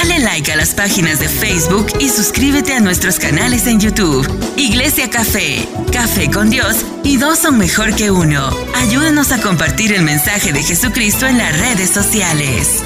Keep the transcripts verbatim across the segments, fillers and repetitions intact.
Dale like a las páginas de Facebook y suscríbete a nuestros canales en YouTube. Iglesia Café, Café con Dios y dos son mejor que uno. Ayúdanos a compartir el mensaje de Jesucristo en las redes sociales.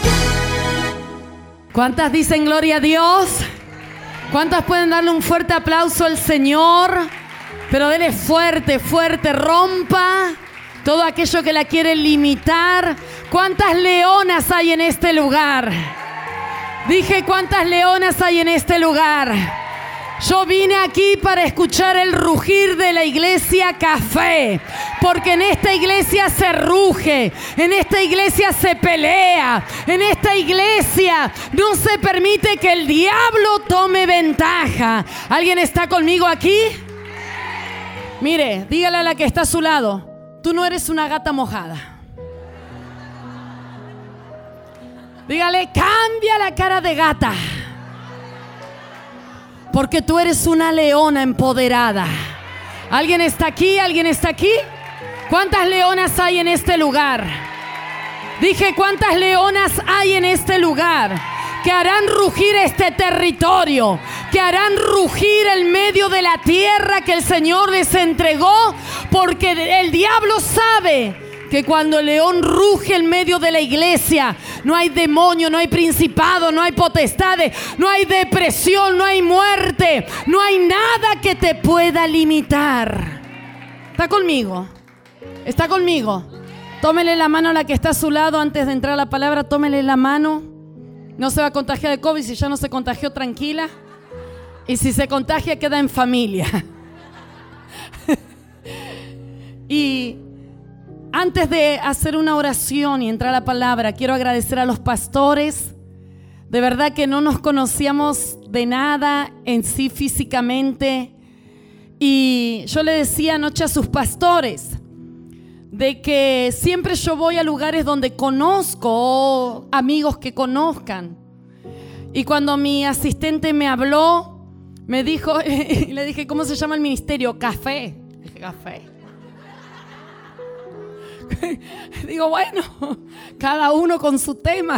¿Cuántas dicen gloria a Dios? ¿Cuántas pueden darle un fuerte aplauso al Señor? Pero dele fuerte, fuerte, rompa todo aquello que la quiere limitar. ¿Cuántas leonas hay en este lugar? Dije, ¿cuántas leonas hay en este lugar? Yo vine aquí para escuchar el rugir de la iglesia Café, porque en esta iglesia se ruge, en esta iglesia se pelea, en esta iglesia no se permite que el diablo tome ventaja. ¿Alguien está conmigo aquí? Mire, dígale a la que está a su lado, tú no eres una gata mojada. Dígale, cambia la cara de gata, porque tú eres una leona empoderada. ¿Alguien está aquí? ¿Alguien está aquí? ¿Cuántas leonas hay en este lugar? Dije, ¿cuántas leonas hay en este lugar? Que harán rugir este territorio, que harán rugir el medio de la tierra que el Señor les entregó, porque el diablo sabe que cuando el león ruge en medio de la iglesia, no hay demonio, no hay principado, no hay potestades, no hay depresión, no hay muerte, no hay nada que te pueda limitar. ¿Está conmigo? ¿Está conmigo? Tómele la mano a la que está a su lado antes de entrar a la palabra. Tómele la mano. No se va a contagiar de COVID. Si ya no se contagió, tranquila. Y si se contagia, queda en familia. Y antes de hacer una oración y entrar a la palabra, quiero agradecer a los pastores. De verdad que no nos conocíamos de nada en sí físicamente. Y yo le decía anoche a sus pastores de que siempre yo voy a lugares donde conozco amigos que conozcan. Y cuando mi asistente me habló, me dijo, y le dije, ¿cómo se llama el ministerio? Café. Dije, café. Digo, bueno, cada uno con su tema.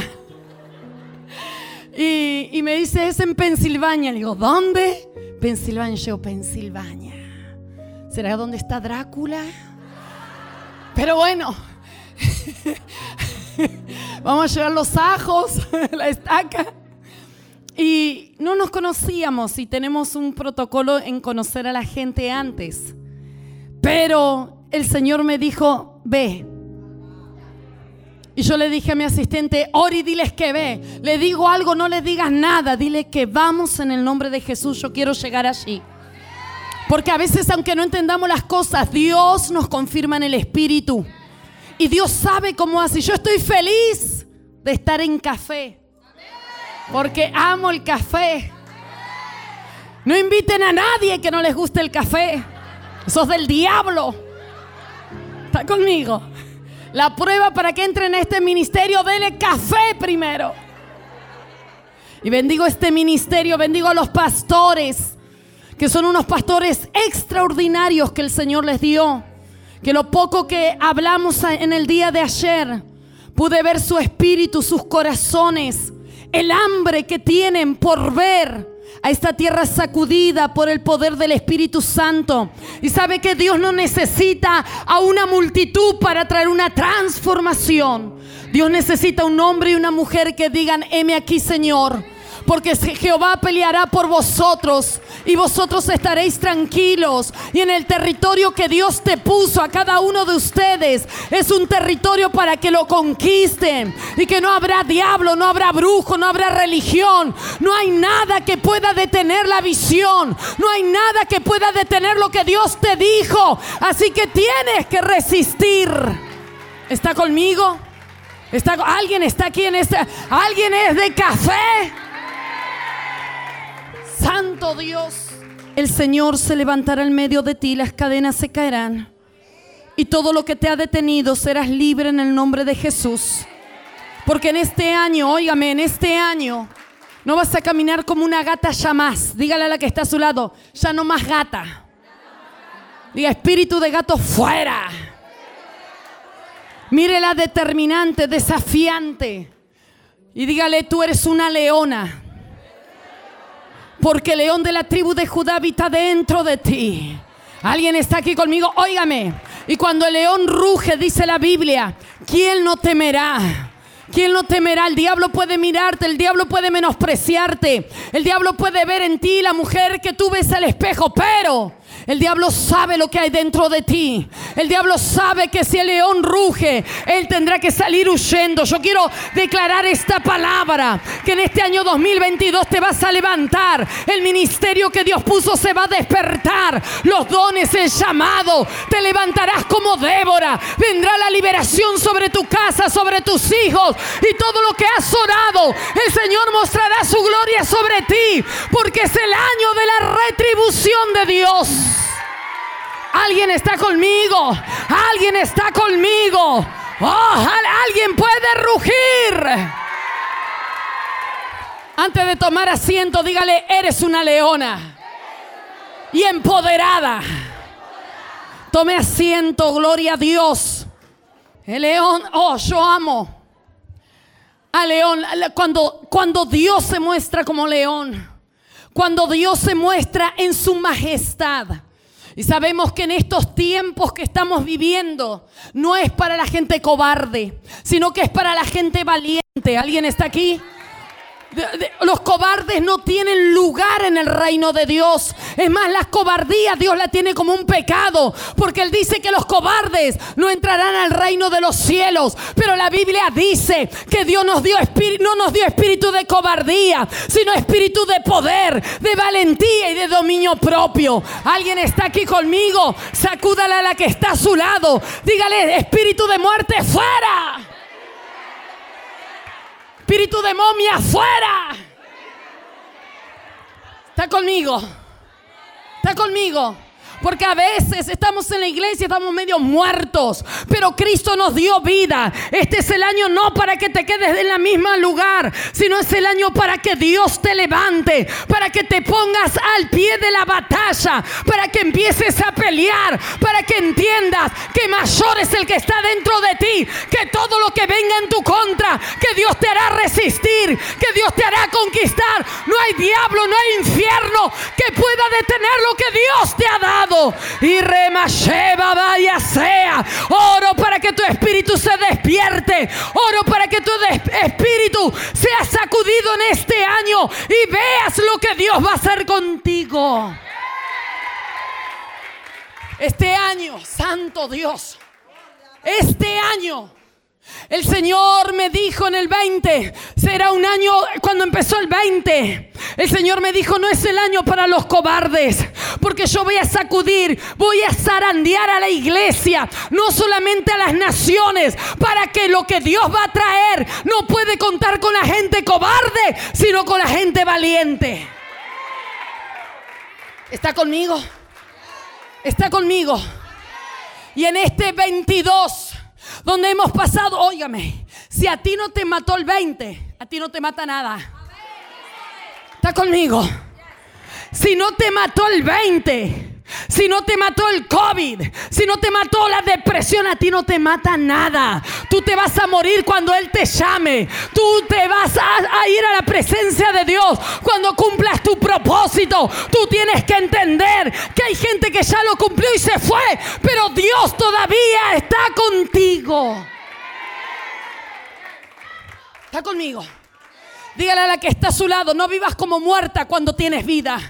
Y, y me dice, es en Pensilvania. Le digo, ¿dónde? Pensilvania. Yo, Pensilvania. ¿Será donde está Drácula? Pero bueno, vamos a llevar los ajos, la estaca. Y no nos conocíamos y tenemos un protocolo en conocer a la gente antes. Pero el Señor me dijo, ve. Y yo le dije a mi asistente, Ori, diles que ve. Le digo algo, no le digas nada. Dile que vamos en el nombre de Jesús. Yo quiero llegar allí. Porque a veces, aunque no entendamos las cosas, Dios nos confirma en el Espíritu. Y Dios sabe cómo hace. Yo estoy feliz de estar en café, porque amo el café. No inviten a nadie que no les guste el café. Eso es del diablo. ¿Está conmigo? La prueba para que entren a este ministerio, dele café primero. Y bendigo este ministerio, bendigo a los pastores, que son unos pastores extraordinarios que el Señor les dio. Que lo poco que hablamos en el día de ayer, pude ver su espíritu, sus corazones, el hambre que tienen por ver a esta tierra sacudida por el poder del Espíritu Santo. Y sabe que Dios no necesita a una multitud para traer una transformación. Dios necesita un hombre y una mujer que digan, heme aquí, Señor, porque Jehová peleará por vosotros y vosotros estaréis tranquilos. Y en el territorio que Dios te puso a cada uno de ustedes, es un territorio para que lo conquisten. Y que no habrá diablo, no habrá brujo, no habrá religión. No hay nada que pueda detener la visión. No hay nada que pueda detener lo que Dios te dijo. Así que tienes que resistir. ¿Está conmigo? ¿Está, ¿Alguien está aquí en este? ¿Alguien es de café? Santo Dios, el Señor se levantará en medio de ti, las cadenas se caerán y todo lo que te ha detenido serás libre en el nombre de Jesús. Porque en este año, óigame, en este año no vas a caminar como una gata ya más. Dígale a la que está a su lado, ya no más gata. Diga, espíritu de gato fuera. Mire la determinante, desafiante. Y dígale, tú eres una leona. Porque el león de la tribu de Judá habita dentro de ti. ¿Alguien está aquí conmigo? Óigame. Y cuando el león ruge, dice la Biblia, ¿quién no temerá? ¿Quién no temerá? El diablo puede mirarte, el diablo puede menospreciarte, el diablo puede ver en ti la mujer que tú ves al espejo, pero el diablo sabe lo que hay dentro de ti. El diablo sabe que si el león ruge, él tendrá que salir huyendo. Yo quiero declarar esta palabra, que en este año dos mil veintidós te vas a levantar. El ministerio que Dios puso se va a despertar. Los dones, el llamado. Te levantarás como Débora. Vendrá la liberación sobre tu casa, sobre tus hijos. Y todo lo que has orado, el Señor mostrará su gloria sobre ti. Porque es el año de la retribución de Dios. Alguien está conmigo. Alguien está conmigo. Oh, alguien puede rugir. Antes de tomar asiento, dígale, eres una leona y empoderada. Tome asiento, gloria a Dios. El león, oh, yo amo a león. Cuando, cuando Dios se muestra como león, cuando Dios se muestra en su majestad. Y sabemos que en estos tiempos que estamos viviendo no es para la gente cobarde, sino que es para la gente valiente. ¿Alguien está aquí? De, de, los cobardes no tienen lugar en el reino de Dios. Es más, las cobardías Dios la tiene como un pecado, porque Él dice que los cobardes no entrarán al reino de los cielos. Pero la Biblia dice que Dios nos dio espíritu, no nos dio espíritu de cobardía, sino espíritu de poder, de valentía y de dominio propio. ¿Alguien está aquí conmigo? Sacúdala a la que está a su lado. Dígale, espíritu de muerte, fuera. Espíritu de momia, fuera. Está conmigo. Está conmigo. Porque a veces estamos en la iglesia, estamos medio muertos, pero Cristo nos dio vida. Este es el año no para que te quedes en el mismo lugar, sino es el año para que Dios te levante, para que te pongas al pie de la batalla, para que empieces a pelear, para que entiendas que mayor es el que está dentro de ti, que todo lo que venga en tu contra, que Dios te hará resistir, que Dios te hará conquistar. No hay diablo, no hay infierno que pueda detener lo que Dios te ha dado. Y remasheba vaya sea. Oro para que tu espíritu se despierte. Oro para que tu espíritu sea sacudido en este año y veas lo que Dios va a hacer contigo. Este año, santo Dios, este año el Señor me dijo en el veinte, será un año, cuando empezó el veinte, el Señor me dijo, no es el año para los cobardes, porque yo voy a sacudir, voy a zarandear a la iglesia, no solamente a las naciones, para que lo que Dios va a traer no puede contar con la gente cobarde, sino con la gente valiente. ¿Está conmigo? ¿Está conmigo? Y en este veintidós, donde hemos pasado, óigame, si a ti no te mató el veinte, a ti no te mata nada. ¿Está conmigo? Si no te mató el veinte, si no te mató el COVID, si no te mató la depresión, a ti no te mata nada. Tú te vas a morir cuando Él te llame. Tú te vas a, a ir a la presencia de Dios cuando cumplas tu propósito. Tú tienes que entender que hay gente que ya lo cumplió y se fue, pero Dios todavía está contigo. ¿Está conmigo? Dígale a la que está a su lado, no vivas como muerta cuando tienes vida.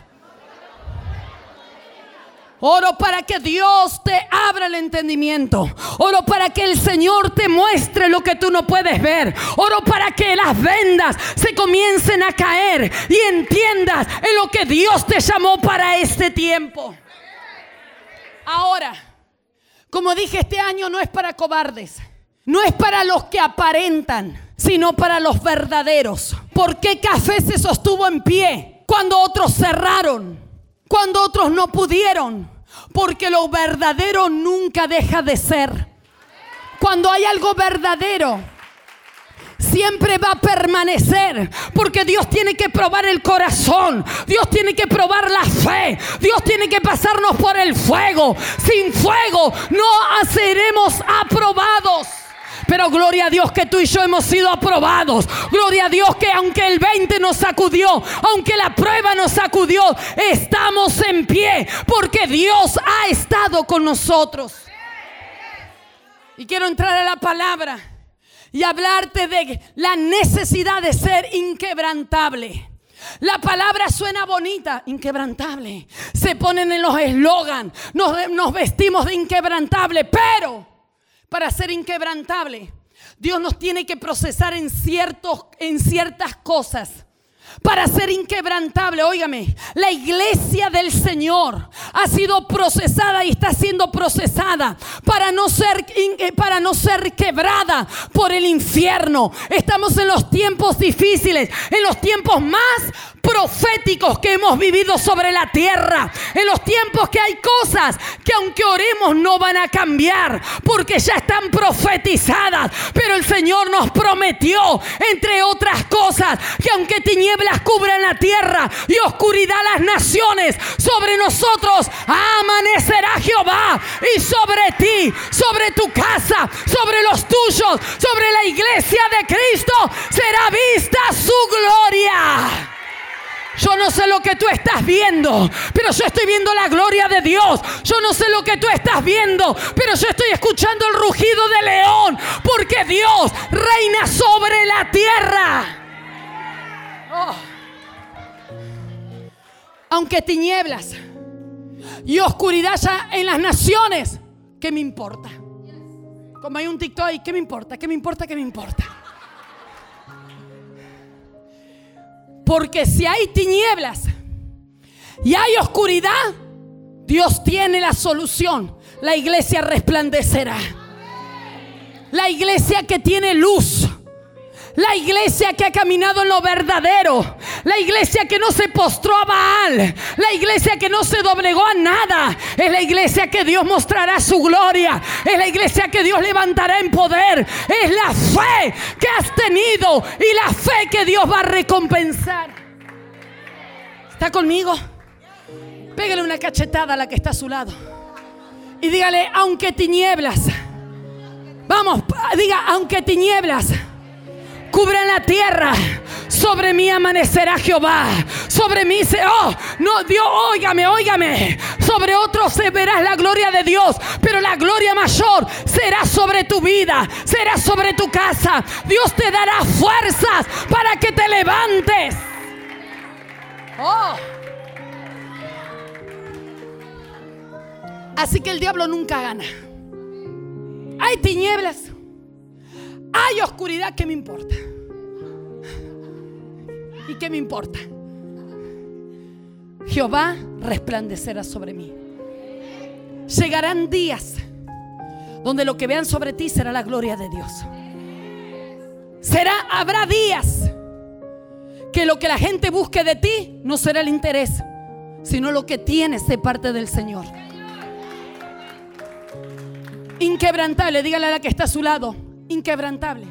Oro para que Dios te abra el entendimiento. Oro para que el Señor te muestre lo que tú no puedes ver. Oro para que las vendas se comiencen a caer y entiendas en lo que Dios te llamó para este tiempo. Ahora, como dije, este año no es para cobardes. No es para los que aparentan, sino para los verdaderos. ¿Por qué Café se sostuvo en pie cuando otros cerraron? Cuando otros no pudieron, porque lo verdadero nunca deja de ser. Cuando hay algo verdadero, siempre va a permanecer, porque Dios tiene que probar el corazón, Dios tiene que probar la fe, Dios tiene que pasarnos por el fuego. Sin fuego no seremos aprobados. Pero gloria a Dios que tú y yo hemos sido aprobados. Gloria a Dios que aunque el veinte nos sacudió, aunque la prueba nos sacudió, estamos en pie porque Dios ha estado con nosotros. Y quiero entrar a la palabra y hablarte de la necesidad de ser inquebrantable. La palabra suena bonita, inquebrantable. Se ponen en los eslogan, nos, nos vestimos de inquebrantable, pero para ser inquebrantable, Dios nos tiene que procesar en, ciertos, en ciertas cosas. Para ser inquebrantable, óigame, la iglesia del Señor ha sido procesada y está siendo procesada para no ser, para no ser quebrada por el infierno. Estamos en los tiempos difíciles, en los tiempos más proféticos que hemos vivido sobre la tierra, en los tiempos que hay cosas que aunque oremos no van a cambiar porque ya están profetizadas, pero el Señor nos prometió, entre otras cosas, que aunque tinieblas cubran la tierra y oscuridad las naciones, sobre nosotros amanecerá Jehová, y sobre ti, sobre tu casa, sobre los tuyos, sobre la iglesia de Cristo será vista su gloria. Yo no sé lo que tú estás viendo, pero yo estoy viendo la gloria de Dios. Yo no sé lo que tú estás viendo, pero yo estoy escuchando el rugido del león, porque Dios reina sobre la tierra. Oh. Aunque tinieblas y oscuridad ya en las naciones, ¿qué me importa? Como hay un TikTok ahí, ¿qué me importa? ¿Qué me importa? ¿Qué me importa? Porque si hay tinieblas y hay oscuridad, Dios tiene la solución. La iglesia resplandecerá. La iglesia que tiene luz. La iglesia que ha caminado en lo verdadero. La iglesia que no se postró a Baal. La iglesia que no se doblegó a nada. Es la iglesia que Dios mostrará su gloria. Es la iglesia que Dios levantará en poder. Es la fe que has tenido y la fe que Dios va a recompensar. ¿Está conmigo? Pégale una cachetada a la que está a su lado y dígale: aunque tinieblas, vamos, diga: aunque tinieblas cubran la tierra, sobre mí amanecerá Jehová. Sobre mí se, oh, no, Dios, óigame, óigame. Sobre otros se verá la gloria de Dios, pero la gloria mayor será sobre tu vida, será sobre tu casa. Dios te dará fuerzas para que te levantes. Oh. Así que el diablo nunca gana. Hay tinieblas, hay oscuridad, ¿qué me importa? ¿Y qué me importa? Jehová resplandecerá sobre mí. Llegarán días donde lo que vean sobre ti será la gloria de Dios. Será, habrá días que lo que la gente busque de ti no será el interés, sino lo que tienes de parte del Señor. Inquebrantable, dígale a la que está a su lado: inquebrantable.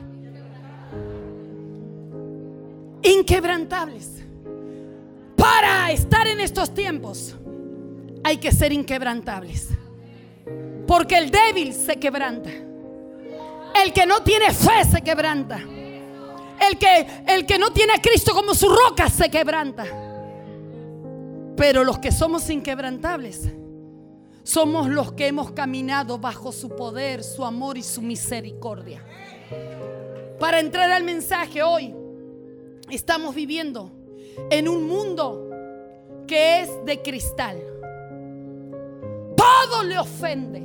Inquebrantables. Para estar en estos tiempos hay que ser inquebrantables, porque el débil se quebranta, el que no tiene fe se quebranta, el que, el que no tiene a Cristo como su roca se quebranta. Pero los que somos inquebrantables somos los que hemos caminado bajo su poder, su amor y su misericordia. Para entrar al mensaje hoy, estamos viviendo en un mundo que es de cristal. Todo le ofende.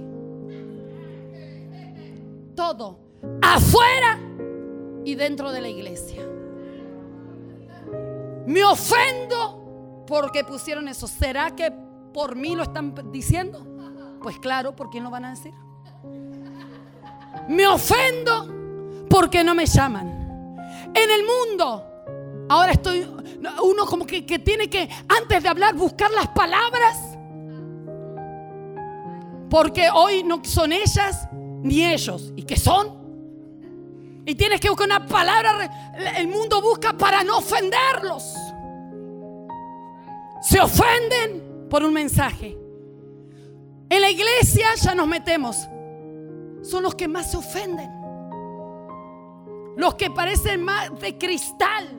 Todo. Afuera y dentro de la iglesia. Me ofendo porque pusieron eso. ¿Será que por mí lo están diciendo? Pues claro, ¿por quién lo van a decir? Me ofendo porque no me llaman. En el mundo ahora estoy, uno como que, que tiene que, antes de hablar, buscar las palabras, porque hoy no son ellas ni ellos. ¿Y qué son? Y tienes que buscar una palabra. El mundo busca para no ofenderlos. Se ofenden por un mensaje. En la iglesia ya nos metemos. Son los que más se ofenden. los que parecen más de cristal,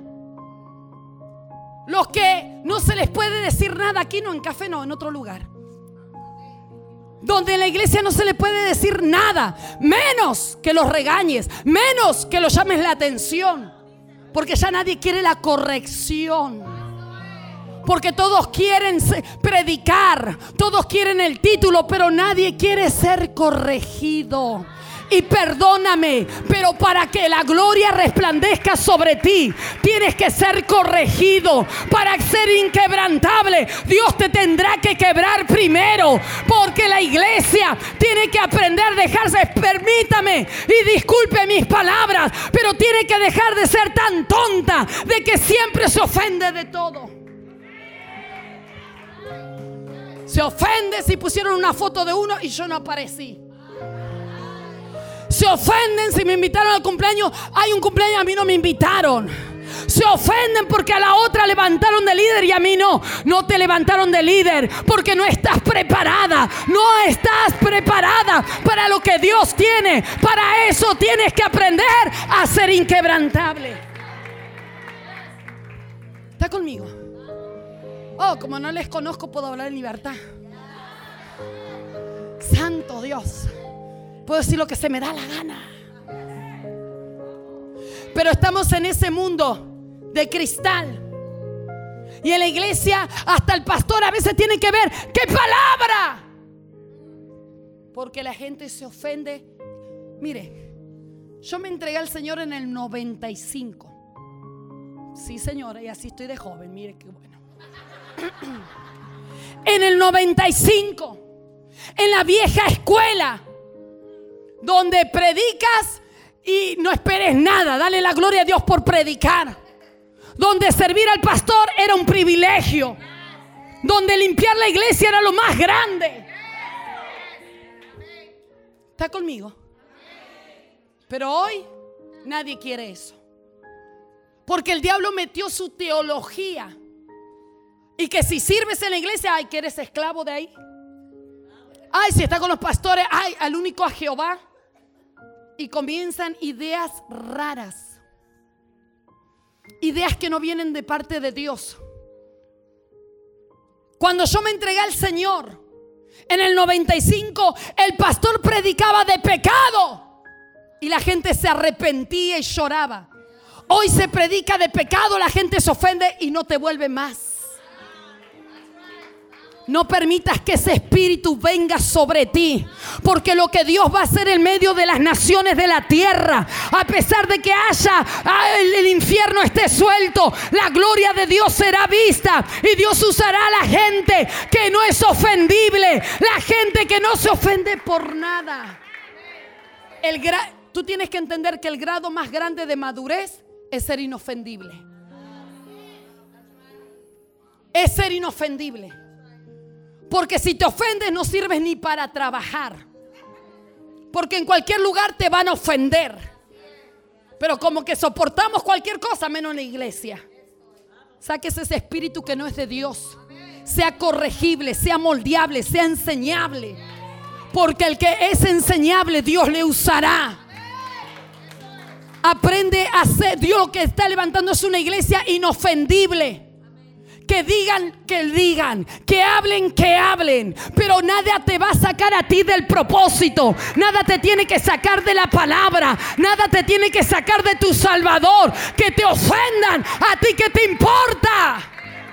los que no se les puede decir nada. Aquí no, en café no, en otro lugar, donde en la iglesia no se le puede decir nada, menos que los regañes, menos que los llames la atención, porque ya nadie quiere la corrección, porque todos quieren predicar, todos quieren el título, pero nadie quiere ser corregido. Y perdóname, pero para que la gloria resplandezca sobre ti, tienes que ser corregido. Para ser inquebrantable, Dios te tendrá que quebrar primero, porque la iglesia tiene que aprender a dejarse. Permítame y disculpe mis palabras, pero tiene que dejar de ser tan tonta de que siempre se ofende de todo. Se ofende si pusieron una foto de uno y yo no aparecí. Se ofenden si me invitaron al cumpleaños. Hay un cumpleaños, a mí no me invitaron. Se ofenden porque a la otra levantaron de líder y a mí no. No te levantaron de líder porque no estás preparada. No estás preparada para lo que Dios tiene. Para eso tienes que aprender a ser inquebrantable. ¿Está conmigo? Oh, como no les conozco, puedo hablar en libertad. Santo Dios. Puedo decir lo que se me da la gana. Pero estamos en ese mundo de cristal. Y en la iglesia hasta el pastor a veces tiene que ver qué palabra, porque la gente se ofende. Mire, yo me entregué al Señor en el noventa y cinco. Sí, señora, y así estoy de joven. Mire qué bueno. En el noventa y cinco, en la vieja escuela, donde predicas y no esperes nada, dale la gloria a Dios por predicar. Donde servir al pastor era un privilegio, donde limpiar la iglesia era lo más grande. ¿Está conmigo? Pero hoy nadie quiere eso, porque el diablo metió su teología. Y que si sirves en la iglesia, ay, que eres esclavo de ahí. Ay, si está con los pastores, ay, al único a Jehová. Y comienzan ideas raras, ideas que no vienen de parte de Dios. Cuando yo me entregué al Señor en el noventa y cinco, el pastor predicaba de pecado y la gente se arrepentía y lloraba. Hoy se predica de pecado, la gente se ofende y no te vuelve más. No permitas que ese espíritu venga sobre ti, porque lo que Dios va a hacer en medio de las naciones de la tierra, a pesar de que haya el infierno esté suelto, la gloria de Dios será vista y Dios usará a la gente que no es ofendible, la gente que no se ofende por nada. El gra- Tú tienes que entender que el grado más grande de madurez es ser inofendible. Es ser inofendible. Porque si te ofendes no sirves ni para trabajar, porque en cualquier lugar te van a ofender. Pero como que soportamos cualquier cosa menos en la iglesia. Sáquese ese espíritu que no es de Dios. Sea corregible, sea moldeable, sea enseñable, porque el que es enseñable Dios le usará. Aprende a ser. Dios que está levantando es una iglesia inofendible. Que digan, que digan, que hablen, que hablen, pero nada te va a sacar a ti del propósito. Nada te tiene que sacar de la palabra. Nada te tiene que sacar de tu Salvador. Que te ofendan, a ti qué te importa.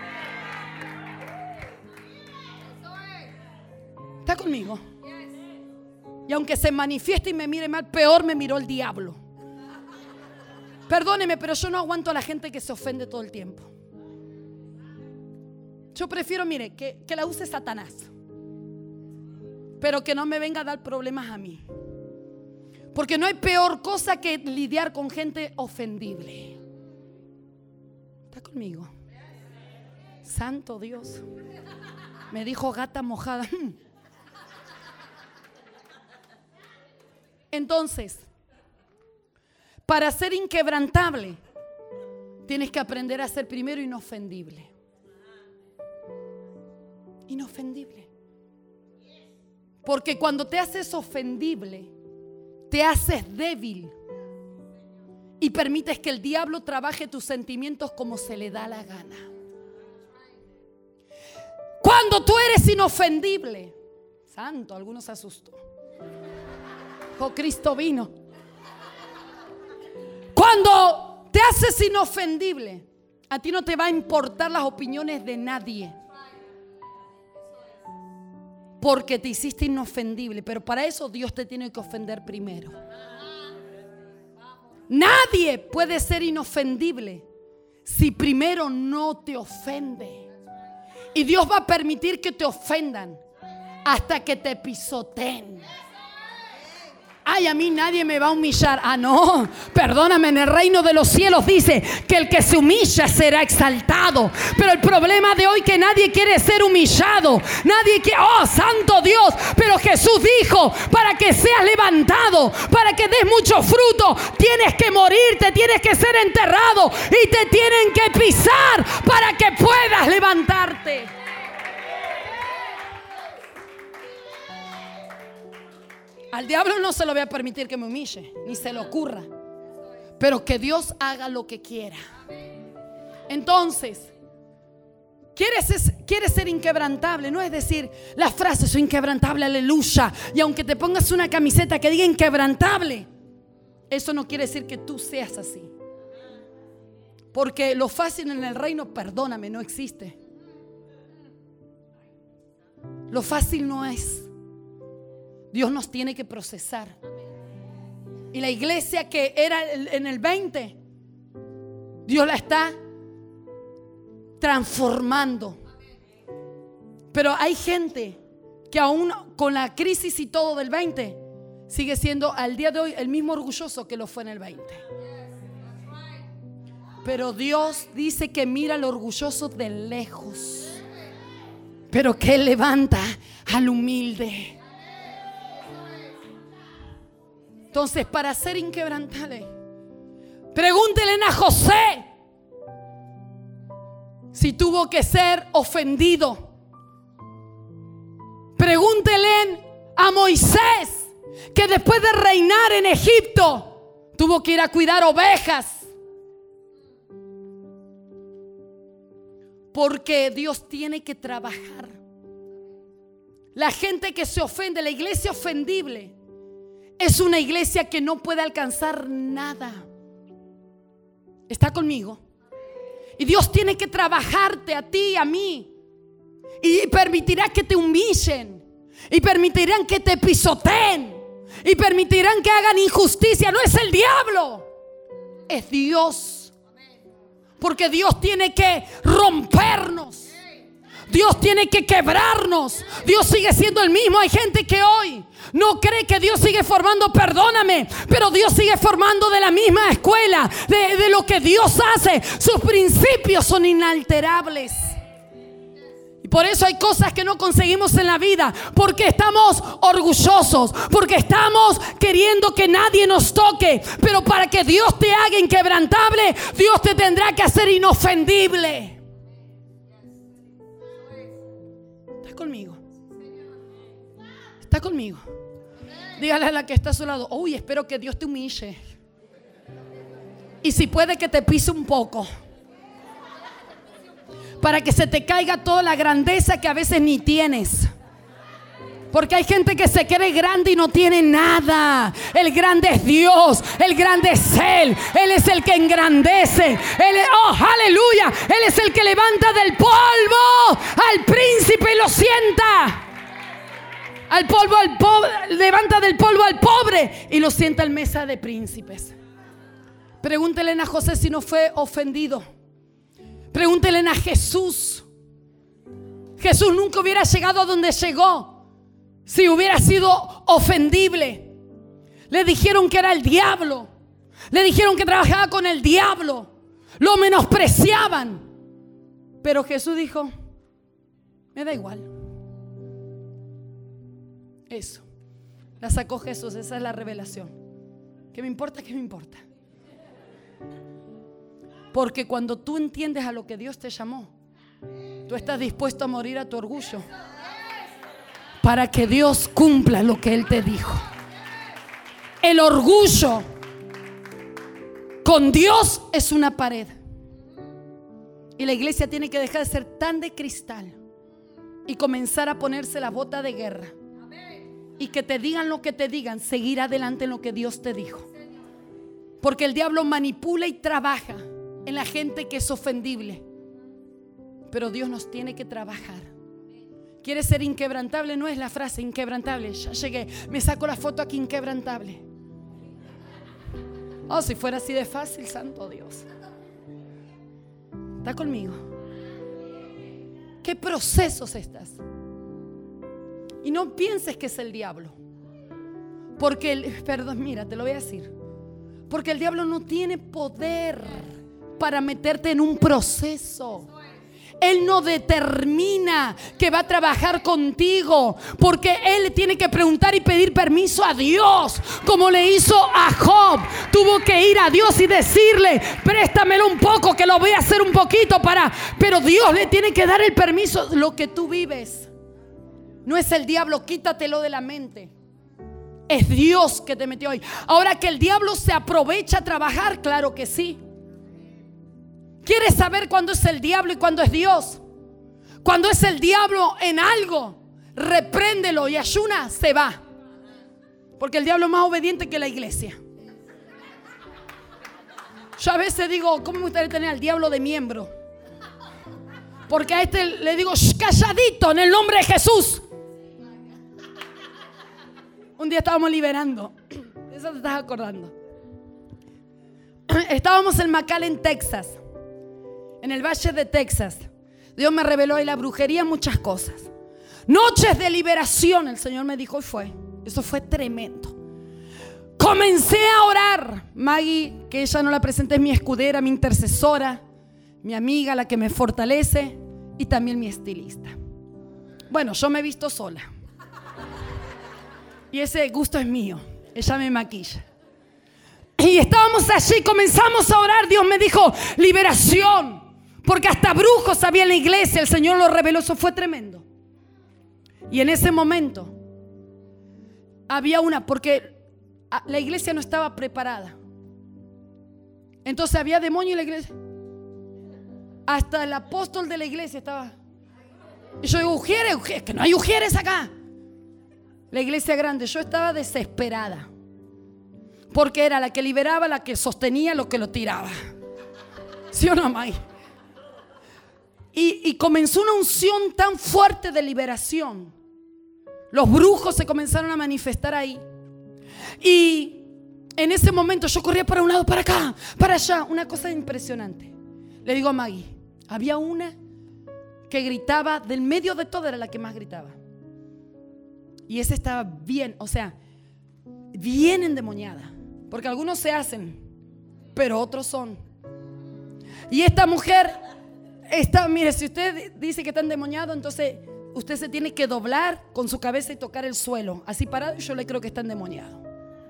¿Está conmigo? Y aunque se manifieste y me mire mal, peor me miró el diablo. Perdóneme, pero yo no aguanto a la gente que se ofende todo el tiempo. Yo prefiero, mire, que, que la use Satanás, pero que no me venga a dar problemas a mí. Porque no hay peor cosa que lidiar con gente ofendible. ¿Está conmigo? Santo Dios. Me dijo gata mojada. Entonces, para ser inquebrantable, tienes que aprender a ser primero inofendible. Inofendible. Porque cuando te haces ofendible, te haces débil y permites que el diablo trabaje tus sentimientos como se le da la gana. Cuando tú eres inofendible, santo, algunos se asustó. Oh, Cristo vino. Cuando te haces inofendible, a ti no te va a importar las opiniones de nadie, porque te hiciste inofendible. Pero para eso Dios te tiene que ofender primero. Nadie puede ser inofendible si primero no te ofende. Y Dios va a permitir que te ofendan hasta que te pisoteen. Ay, a mí nadie me va a humillar. Ah, no, perdóname, en el reino de los cielos dice que el que se humilla será exaltado. Pero el problema de hoy es que nadie quiere ser humillado. Nadie quiere, oh, santo Dios. Pero Jesús dijo, para que seas levantado, para que des mucho fruto, tienes que morirte, tienes que ser enterrado y te tienen que pisar para que puedas levantarte. Al diablo no se lo voy a permitir que me humille, ni se le ocurra. Pero que Dios haga lo que quiera. Entonces, ¿quieres, quieres ser inquebrantable? No es decir la frase soy inquebrantable, aleluya. Y aunque te pongas una camiseta que diga inquebrantable, eso no quiere decir que tú seas así. Porque lo fácil en el reino, perdóname, no existe. Lo fácil no es. Dios nos tiene que procesar. Y la iglesia que era en el veinte, Dios la está transformando. Pero hay gente que aún con la crisis y todo del veinte sigue siendo al día de hoy el mismo orgulloso que lo fue en el veinte. Pero Dios dice que mira al orgulloso de lejos, pero que Él levanta al humilde. Entonces, para ser inquebrantable, pregúntenle a José si tuvo que ser ofendido. Pregúntenle a Moisés que después de reinar en Egipto tuvo que ir a cuidar ovejas. Porque Dios tiene que trabajar. La gente que se ofende, la iglesia ofendible, es una iglesia que no puede alcanzar nada. ¿Está conmigo? Y Dios tiene que trabajarte a ti y a mí. Y permitirá que te humillen. Y permitirán que te pisoteen. Y permitirán que hagan injusticia. No es el diablo, es Dios. Porque Dios tiene que rompernos. Dios tiene que quebrarnos. Dios sigue siendo el mismo. Hay gente que hoy no cree que Dios sigue formando, perdóname, pero Dios sigue formando de la misma escuela, de, de lo que Dios hace. Sus principios son inalterables. Y por eso hay cosas que no conseguimos en la vida, porque estamos orgullosos, porque estamos queriendo que nadie nos toque. Pero para que Dios te haga inquebrantable, Dios te tendrá que hacer inofendible. ¿Está conmigo? ¿Está conmigo? Dígale a la que está a su lado, uy, espero que Dios te humille. Y si puede que te pise un poco, para que se te caiga toda la grandeza que a veces ni tienes. Porque hay gente que se cree grande y no tiene nada. El grande es Dios, el grande es Él. Él es el que engrandece. Él es, oh, aleluya. Él es el que levanta del polvo al príncipe y lo sienta. Al polvo, al pobre, levanta del polvo al pobre y lo sienta en mesa de príncipes. Pregúntenle a José si no fue ofendido. Pregúntenle a Jesús. Jesús nunca hubiera llegado a donde llegó si hubiera sido ofendible. Le dijeron que era el diablo. Le dijeron que trabajaba con el diablo. Lo menospreciaban. Pero Jesús dijo, me da igual. Eso. La sacó Jesús. Esa es la revelación. ¿Qué me importa? ¿Qué me importa? Porque cuando tú entiendes a lo que Dios te llamó, tú estás dispuesto a morir a tu orgullo para que Dios cumpla lo que Él te dijo. El orgullo con Dios es una pared. Y la iglesia tiene que dejar de ser tan de cristal y comenzar a ponerse la bota de guerra. Y que te digan lo que te digan, seguir adelante en lo que Dios te dijo. Porque el diablo manipula y trabaja en la gente que es ofendible. Pero Dios nos tiene que trabajar. ¿Quieres ser inquebrantable? No es la frase inquebrantable. Ya llegué, me saco la foto aquí, inquebrantable. Oh, si fuera así de fácil, santo Dios. ¿Está conmigo? ¿Qué procesos estás? Y no pienses que es el diablo. Porque el, perdón, mira, te lo voy a decir. Porque el diablo no tiene poder para meterte en un proceso. Él no determina que va a trabajar contigo, porque él tiene que preguntar y pedir permiso a Dios, como le hizo a Job. Tuvo que ir a Dios y decirle: préstamelo un poco, que lo voy a hacer un poquito para... Pero Dios le tiene que dar el permiso. Lo que tú vives no es el diablo, quítatelo de la mente. Es Dios que te metió ahí. Ahora, que el diablo se aprovecha a trabajar, claro que sí. ¿Quieres saber cuándo es el diablo y cuándo es Dios? Cuando es el diablo en algo, repréndelo y ayuna, se va. Porque el diablo es más obediente que la iglesia. Yo a veces digo: ¿cómo me gustaría tener al diablo de miembro? Porque a este le digo: calladito, en el nombre de Jesús. Un día estábamos liberando. Eso te estás acordando. Estábamos en McAllen, Texas. En el valle de Texas. Dios me reveló ahí la brujería, muchas cosas. Noches de liberación, el Señor me dijo, y fue. Eso fue tremendo. Comencé a orar. Maggie, que ella no la presenté, es mi escudera, mi intercesora, mi amiga, la que me fortalece, y también mi estilista. Bueno, yo me he visto sola. Y ese gusto es mío. Ella me maquilla. Y estábamos allí, comenzamos a orar. Dios me dijo: liberación. Porque hasta brujos había en la iglesia. El Señor lo reveló. Eso fue tremendo. Y en ese momento había una, porque la iglesia no estaba preparada. Entonces había demonio en la iglesia. Hasta el apóstol de la iglesia estaba. Y yo digo: ujieres, ujieres, que no hay ujieres acá. La iglesia grande. Yo estaba desesperada, porque era la que liberaba, la que sostenía, lo que lo tiraba. ¿Sí o no, May? Y, y comenzó una unción tan fuerte de liberación. Los brujos se comenzaron a manifestar ahí. Y en ese momento yo corría para un lado, para acá, para allá. Una cosa impresionante. Le digo a Maggie: había una que gritaba, del medio de todo era la que más gritaba. Y esa estaba bien, o sea, bien endemoniada. Porque algunos se hacen, pero otros son. Y esta mujer está, mire, si usted dice que está endemoniado, entonces usted se tiene que doblar con su cabeza y tocar el suelo. Así parado, yo le creo que está endemoniado.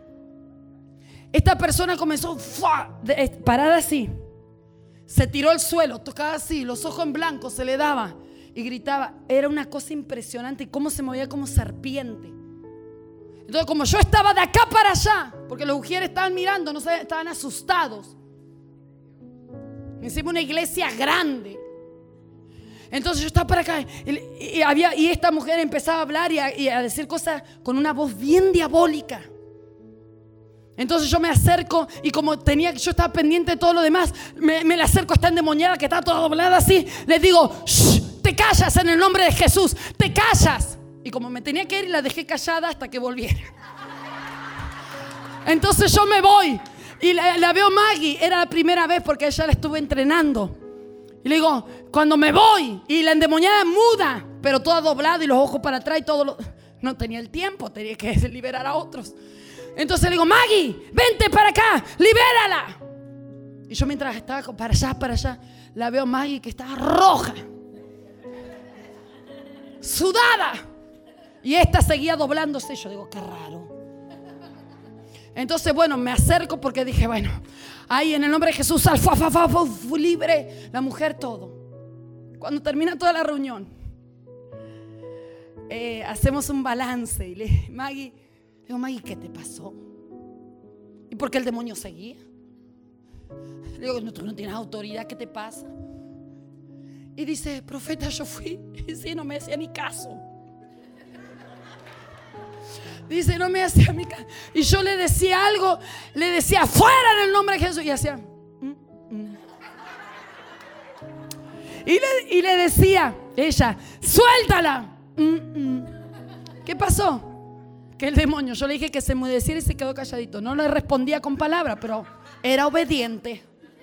Esta persona comenzó ¡fua! De, parada así. Se tiró al suelo, tocaba así, los ojos en blanco, se le daba y gritaba. Era una cosa impresionante. Y cómo se movía como serpiente. Entonces, como yo estaba de acá para allá, porque los ujieres estaban mirando, no sabían, estaban asustados. Encima una iglesia grande. Entonces yo estaba para acá y, y, había, y esta mujer empezaba a hablar y a, y a decir cosas con una voz bien diabólica. Entonces yo me acerco y como tenía, yo estaba pendiente de todo lo demás, me, me le acerco a esta endemoniada que está toda doblada así. Le digo: shh, te callas en el nombre de Jesús, te callas. Y como me tenía que ir, la dejé callada hasta que volviera. Entonces yo me voy y la, la veo Maggie. Era la primera vez porque ella la estuve entrenando. Y le digo: cuando me voy, y la endemoniada muda, pero toda doblada y los ojos para atrás y todo lo... No tenía el tiempo, tenía que liberar a otros. Entonces le digo: Maggie, vente para acá, libérala. Y yo mientras estaba para allá, para allá, la veo Maggie que estaba roja, sudada. Y esta seguía doblándose. Yo digo: qué raro. Entonces, bueno, me acerco porque dije: bueno, ahí en el nombre de Jesús, alfa, fa, fa, fa, fa, libre. La mujer, todo. Cuando termina toda la reunión, eh, hacemos un balance. Y le Maggie, le digo: Maggie, ¿qué te pasó? ¿Y por qué el demonio seguía? Le digo, no, tú no tienes autoridad, ¿qué te pasa? Y dice, profeta, yo fui. Y sí, no me hacía ni caso. Dice, no me hacía ni caso. Y yo le decía algo, le decía, fuera en el nombre de Jesús. Y hacía, mm, mm. Y, le, y le decía, ella, suéltala. Mm, mm. ¿Qué pasó? Que el demonio, yo le dije que se enmudeciera y se quedó calladito. No le respondía con palabras, pero era obediente.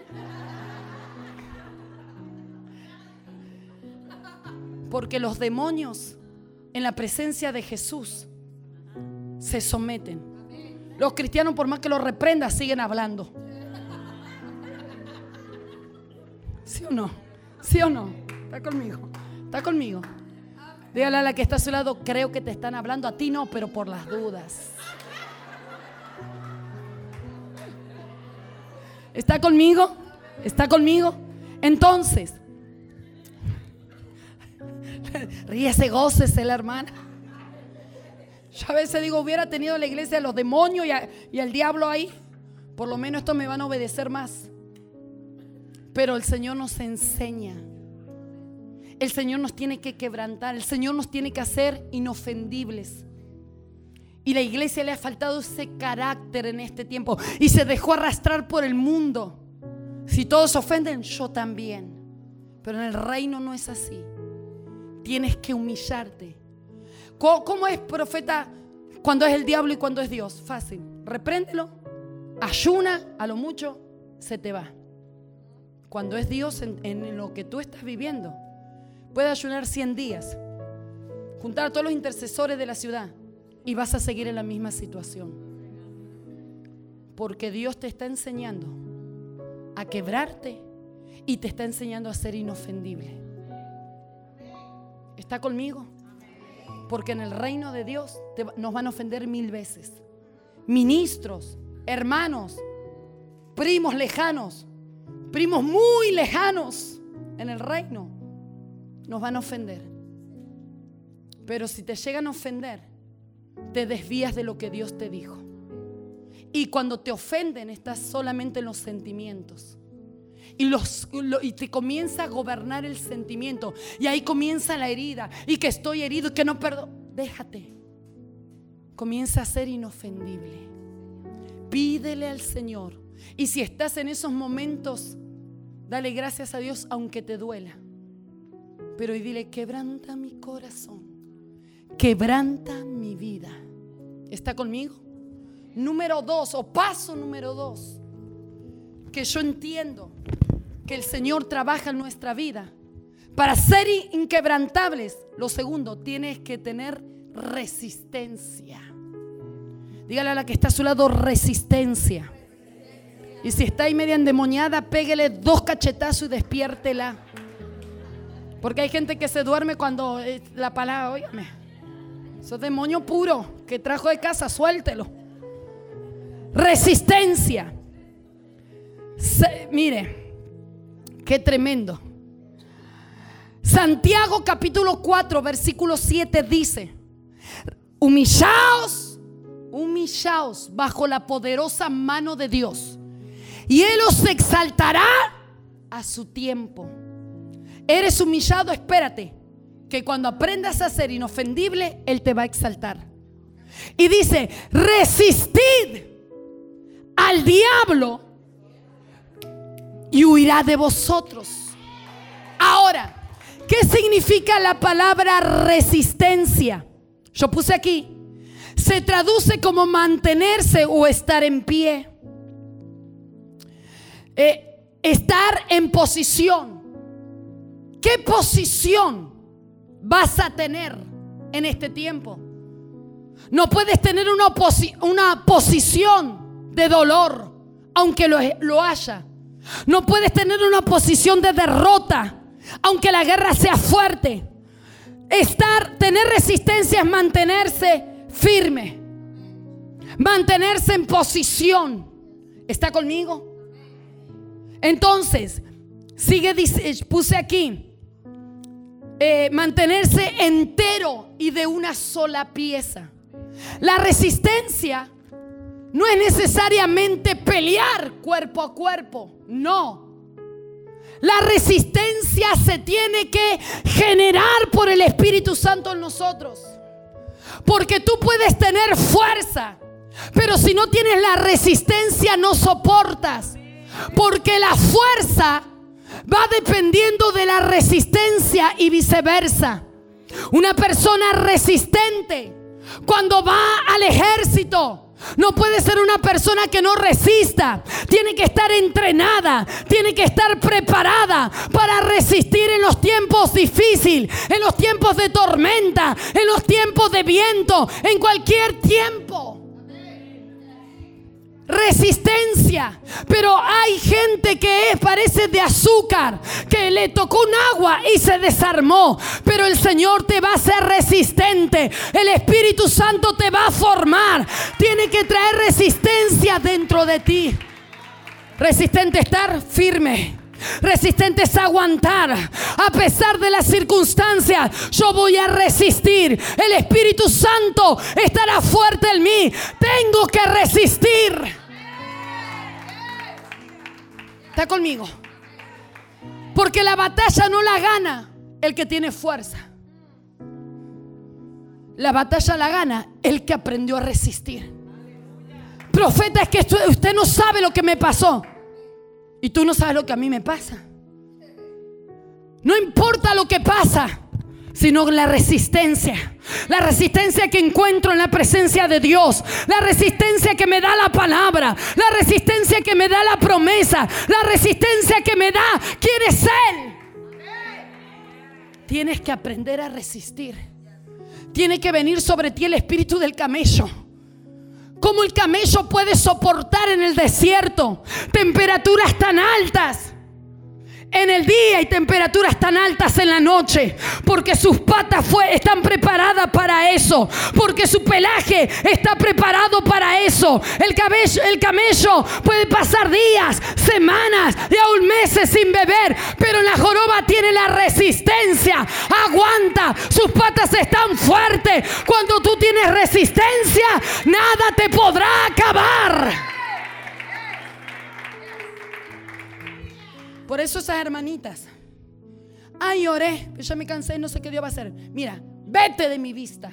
Porque los demonios en la presencia de Jesús se someten. Los cristianos, por más que los reprenda, siguen hablando. ¿Sí o no? ¿Sí o no? Está conmigo. Está conmigo. Dígale a la que está a su lado, creo que te están hablando. A ti no, pero por las dudas. ¿Está conmigo? ¿Está conmigo? Entonces, ríese, gócese la hermana. Yo a veces digo, hubiera tenido la iglesia de los demonios y, a, y al diablo ahí, por lo menos estos me van a obedecer más. Pero el Señor nos enseña. El Señor nos tiene que quebrantar. El Señor nos tiene que hacer inofendibles. Y la iglesia le ha faltado ese carácter en este tiempo. Y se dejó arrastrar por el mundo. Si todos se ofenden, yo también. Pero en el reino no es así. Tienes que humillarte. ¿Cómo, cómo es, profeta, cuando es el diablo y cuando es Dios? Fácil. Repréndelo. Ayuna, a lo mucho se te va. Cuando es Dios en, en lo que tú estás viviendo, puede ayunar cien días, juntar a todos los intercesores de la ciudad y vas a seguir en la misma situación. Porque Dios te está enseñando a quebrarte y te está enseñando a ser inofendible. ¿Está conmigo? Porque en el reino de Dios te, nos van a ofender mil veces. Ministros, hermanos, primos lejanos, primos muy lejanos en el reino nos van a ofender. Pero si te llegan a ofender, te desvías de lo que Dios te dijo. Y cuando te ofenden, estás solamente en los sentimientos. Y, los, lo, y te comienza a gobernar el sentimiento. Y ahí comienza la herida. Y que estoy herido y que no perdono. Déjate. Comienza a ser inofendible. Pídele al Señor. Y si estás en esos momentos, dale gracias a Dios aunque te duela. Pero y dile, quebranta mi corazón, quebranta mi vida. ¿Está conmigo? Número dos, o paso número dos, que yo entiendo que el Señor trabaja en nuestra vida para ser inquebrantables. Lo segundo, tienes que tener resistencia. Dígale a la que está a su lado, resistencia. Y si está ahí media endemoniada, pégale dos cachetazos y despiértela. Porque hay gente que se duerme cuando la palabra, óigame, eso es demonio puro que trajo de casa, suéltelo. Resistencia. Se, mire, qué tremendo. Santiago capítulo cuatro, versículo siete dice: humillaos, humillaos bajo la poderosa mano de Dios, y Él os exaltará a su tiempo. Eres humillado, espérate, que cuando aprendas a ser inofendible, Él te va a exaltar. Y dice, resistid al diablo y huirá de vosotros. Ahora, ¿qué significa la palabra resistencia? Yo puse aquí, se traduce como mantenerse o estar en pie, eh, estar en posición. ¿Qué posición vas a tener en este tiempo? No puedes tener una, oposi- una posición de dolor, aunque lo, lo haya. No puedes tener una posición de derrota, aunque la guerra sea fuerte. Estar, tener resistencia es mantenerse firme, mantenerse en posición. ¿Está conmigo? Entonces, sigue, dice, puse aquí. Eh, mantenerse entero y de una sola pieza. La resistencia no es necesariamente pelear cuerpo a cuerpo. No. La resistencia se tiene que generar por el Espíritu Santo en nosotros. Porque tú puedes tener fuerza, pero si no tienes la resistencia no soportas. Porque la fuerza va dependiendo de la resistencia y viceversa. Una persona resistente cuando va al ejército no puede ser una persona que no resista. Tiene que estar entrenada, tiene que estar preparada para resistir en los tiempos difíciles, en los tiempos de tormenta, en los tiempos de viento, en cualquier tiempo. Resistencia. Pero hay gente que es, parece de azúcar, que le tocó un agua y se desarmó. Pero el Señor te va a hacer resistente. El Espíritu Santo te va a formar. Tiene que traer resistencia dentro de ti. Resistente, estar firme. Resistente es aguantar. A pesar de las circunstancias, yo voy a resistir. El Espíritu Santo estará fuerte en mí. Tengo que resistir. ¿Está conmigo? Porque la batalla no la gana el que tiene fuerza. La batalla la gana el que aprendió a resistir. Profeta, es que usted no sabe lo que me pasó. Y tú no sabes lo que a mí me pasa. No importa lo que pasa, sino la resistencia. La resistencia que encuentro en la presencia de Dios. La resistencia que me da la palabra. La resistencia que me da la promesa. La resistencia que me da quién es Él. Tienes que aprender a resistir. Tiene que venir sobre ti el espíritu del camello. ¿Cómo el camello puede soportar en el desierto temperaturas tan altas en el día y temperaturas tan altas en la noche? Porque sus patas fue, están preparadas para eso. Porque su pelaje está preparado para eso. El camello, el camello puede pasar días, semanas y aún meses sin beber, pero en la joroba tiene la resistencia. Aguanta, sus patas están fuertes. Cuando tú tienes resistencia, nada te podrá acabar. Por eso esas hermanitas, ay, oré, pero ya me cansé, no sé qué Dios va a hacer. Mira, vete de mi vista.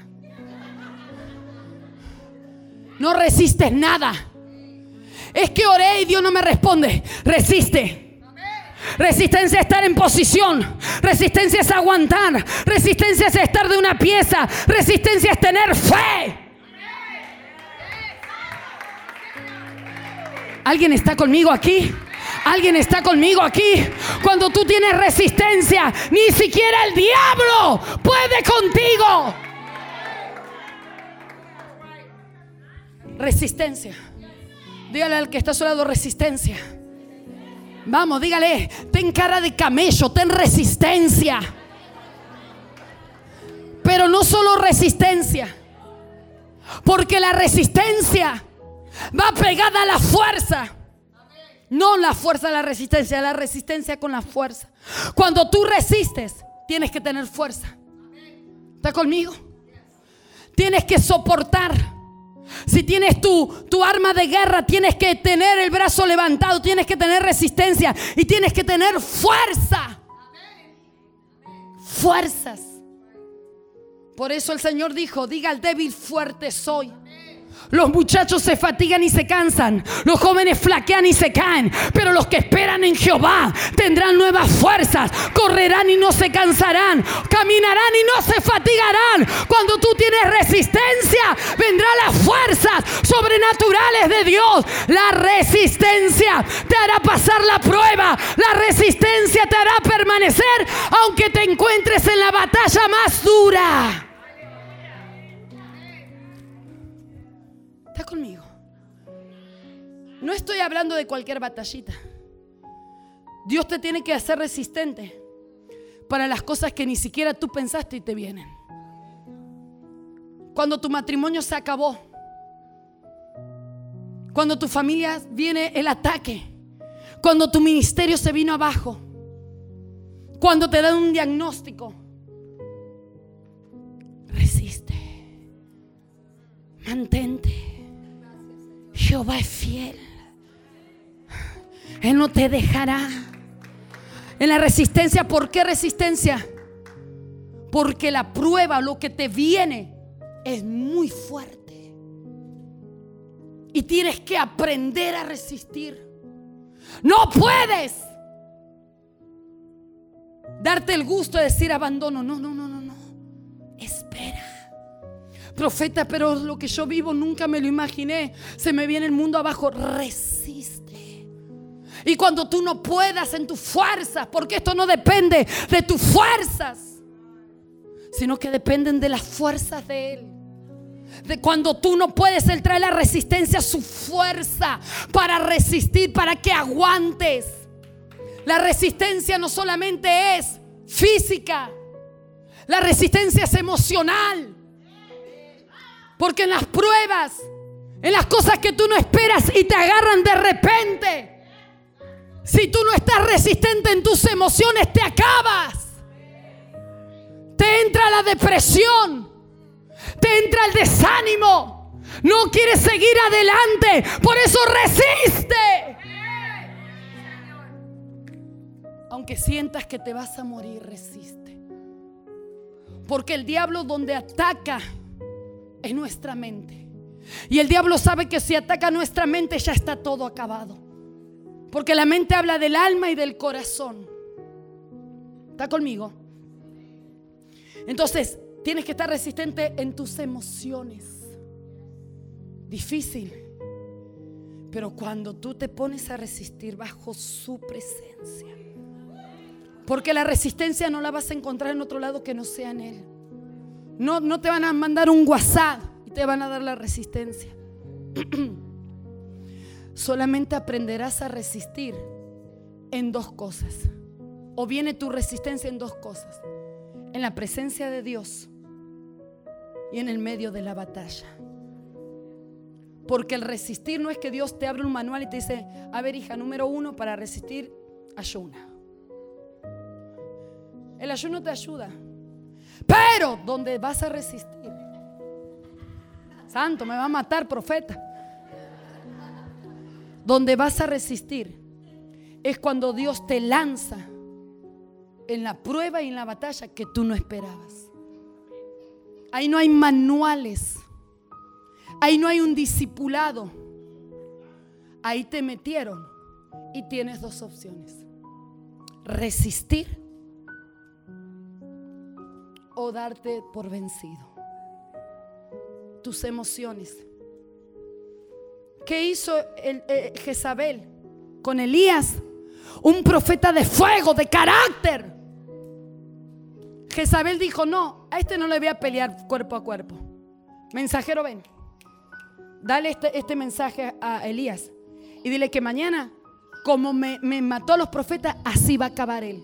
No resistes nada. Es que oré y Dios no me responde. Resiste. Resistencia es estar en posición. Resistencia es aguantar. Resistencia es estar de una pieza. Resistencia es tener fe. ¿Alguien está conmigo aquí? ¿Alguien está conmigo aquí? Cuando tú tienes resistencia, ni siquiera el diablo puede contigo. Resistencia. Dígale al que está a su lado, resistencia. Vamos, dígale, ten cara de camello, ten resistencia. Pero no solo resistencia, porque la resistencia va pegada a la fuerza. No la fuerza de la resistencia, la resistencia con la fuerza. Cuando tú resistes, tienes que tener fuerza. ¿Está conmigo? Tienes que soportar. Si tienes tu, tu arma de guerra, tienes que tener el brazo levantado, tienes que tener resistencia y tienes que tener fuerza. Fuerzas. Por eso el Señor dijo, diga al débil, fuerte soy. Los muchachos se fatigan y se cansan. Los jóvenes flaquean y se caen. Pero los que esperan en Jehová tendrán nuevas fuerzas. Correrán y no se cansarán. Caminarán y no se fatigarán. Cuando tú tienes resistencia, vendrán las fuerzas sobrenaturales de Dios. La resistencia te hará pasar la prueba. La resistencia te hará permanecer aunque te encuentres en la batalla más dura. ¿Está conmigo? No estoy hablando de cualquier batallita. Dios te tiene que hacer resistente para las cosas que ni siquiera tú pensaste y te vienen. Cuando tu matrimonio se acabó, cuando tu familia viene el ataque, cuando tu ministerio se vino abajo, cuando te dan un diagnóstico, resiste, mantente. Jehová es fiel. Él no te dejará. En la resistencia, ¿por qué resistencia? Porque la prueba, lo que te viene, es muy fuerte. Y tienes que aprender a resistir. No puedes darte el gusto de decir abandono. No, no, no, no, no. Espera. Profeta, pero lo que yo vivo nunca me lo imaginé. Se me viene el mundo abajo. Resiste. Y cuando tú no puedas en tus fuerzas, porque esto no depende de tus fuerzas, sino que dependen de las fuerzas de Él. De cuando tú no puedes, Él trae la resistencia, su fuerza para resistir, para que aguantes. La resistencia no solamente es física, la resistencia es emocional. Porque en las pruebas, en las cosas que tú no esperas y te agarran de repente, si tú no estás resistente en tus emociones, te acabas. Te entra la depresión, te entra el desánimo, no quieres seguir adelante, por eso resiste. Aunque sientas que te vas a morir, resiste. Porque el diablo donde ataca es nuestra mente. Y el diablo sabe que si ataca nuestra mente ya está todo acabado. Porque la mente habla del alma y del corazón. ¿Está conmigo? Entonces, tienes que estar resistente en tus emociones. Difícil. Pero cuando tú te pones a resistir bajo su presencia. Porque la resistencia no la vas a encontrar en otro lado que no sea en Él. No, no te van a mandar un WhatsApp y te van a dar la resistencia. Solamente aprenderás a resistir en dos cosas. O viene tu resistencia en dos cosas: en la presencia de Dios y en el medio de la batalla. Porque el resistir no es que Dios te abre un manual y te dice: a ver, hija, número uno, para resistir, ayuna. El ayuno te ayuda, pero donde vas a resistir, santo, me va a matar, profeta. Donde vas a resistir es cuando Dios te lanza en la prueba y en la batalla que tú no esperabas. Ahí no hay manuales, ahí no hay un discipulado. Ahí te metieron y tienes dos opciones: resistir o darte por vencido. Tus emociones. ¿Qué hizo el, el, Jezabel con Elías? Un profeta de fuego, de carácter. Jezabel dijo: no, a este no le voy a pelear cuerpo a cuerpo. Mensajero, ven, dale este, este mensaje a Elías y dile que mañana, como me, me mató a los profetas, así va a acabar él.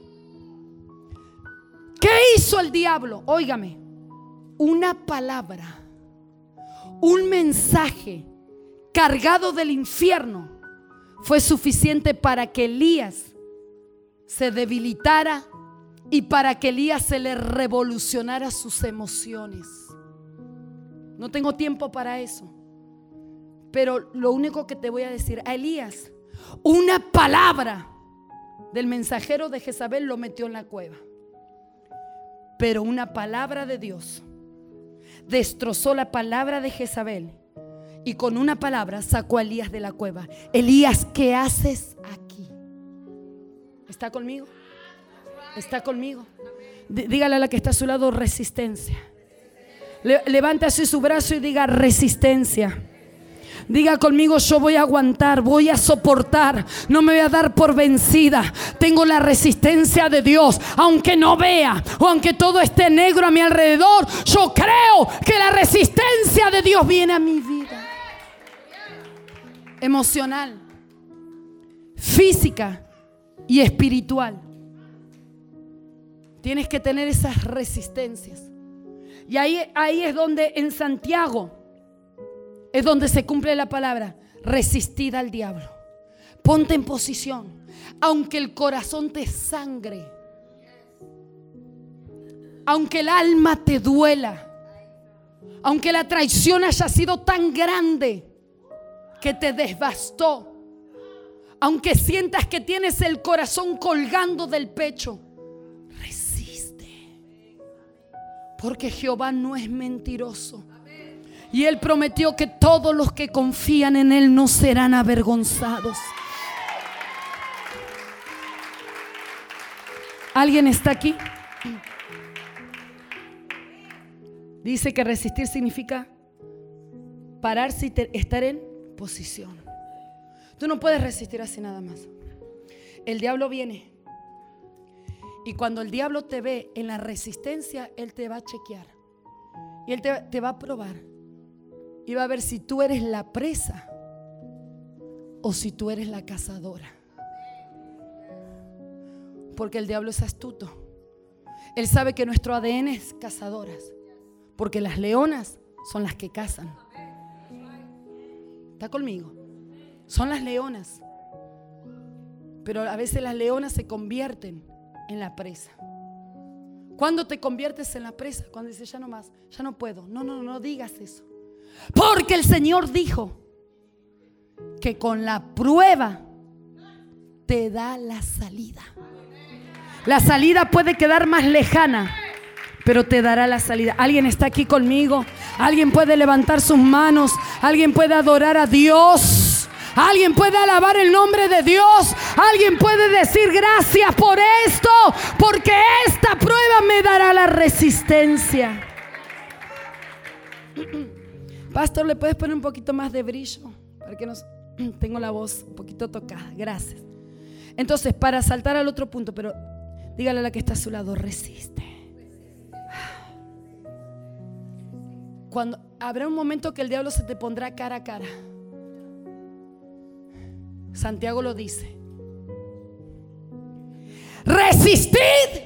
¿Qué hizo el diablo? Óigame, una palabra, un mensaje cargado del infierno fue suficiente para que Elías se debilitara y para que Elías se le revolucionara sus emociones. No tengo tiempo para eso, pero lo único que te voy a decir: a Elías, una palabra del mensajero de Jezabel lo metió en la cueva, pero una palabra de Dios destrozó la palabra de Jezabel. Y con una palabra sacó a Elías de la cueva. Elías, ¿qué haces aquí? ¿Está conmigo? ¿Está conmigo? D- dígale a la que está a su lado: resistencia. Le- levante así su brazo y diga: resistencia. Diga conmigo: yo voy a aguantar, voy a soportar, no me voy a dar por vencida. Tengo la resistencia de Dios. Aunque no vea o aunque todo esté negro a mi alrededor, yo creo que la resistencia de Dios viene a mi vida. Emocional, física y espiritual. Tienes que tener esas resistencias. Y ahí, ahí es donde en Santiago es donde se cumple la palabra: resistid al diablo. Ponte en posición, aunque el corazón te sangre, aunque el alma te duela, aunque la traición haya sido tan grande que te devastó, aunque sientas que tienes el corazón colgando del pecho, resiste, porque Jehová no es mentiroso. Y Él prometió que todos los que confían en Él no serán avergonzados. ¿Alguien está aquí? Dice que resistir significa pararse y te- estar en posición. Tú no puedes resistir así nada más. El diablo viene, y cuando el diablo te ve en la resistencia, él te va a chequear y él te, te va a probar y va a ver si tú eres la presa o si tú eres la cazadora. Porque el diablo es astuto. Él sabe que nuestro A D N es cazadoras, porque las leonas son las que cazan. ¿Está conmigo? Son las leonas. Pero a veces las leonas se convierten en la presa. ¿Cuándo te conviertes en la presa? Cuando dices ya no más, ya no puedo. No, no, no digas eso. Porque el Señor dijo que con la prueba te da la salida. La salida puede quedar más lejana, pero te dará la salida. ¿Alguien está aquí conmigo? ¿Alguien puede levantar sus manos? ¿Alguien puede adorar a Dios? ¿Alguien puede alabar el nombre de Dios? ¿Alguien puede decir gracias por esto? Porque esta prueba me dará la resistencia. Pastor, ¿le puedes poner un poquito más de brillo? Para que nos... Tengo la voz un poquito tocada. Gracias. Entonces, para saltar al otro punto, pero dígale a la que está a su lado, resiste. Cuando habrá un momento que el diablo se te pondrá cara a cara. Santiago lo dice. Resistid.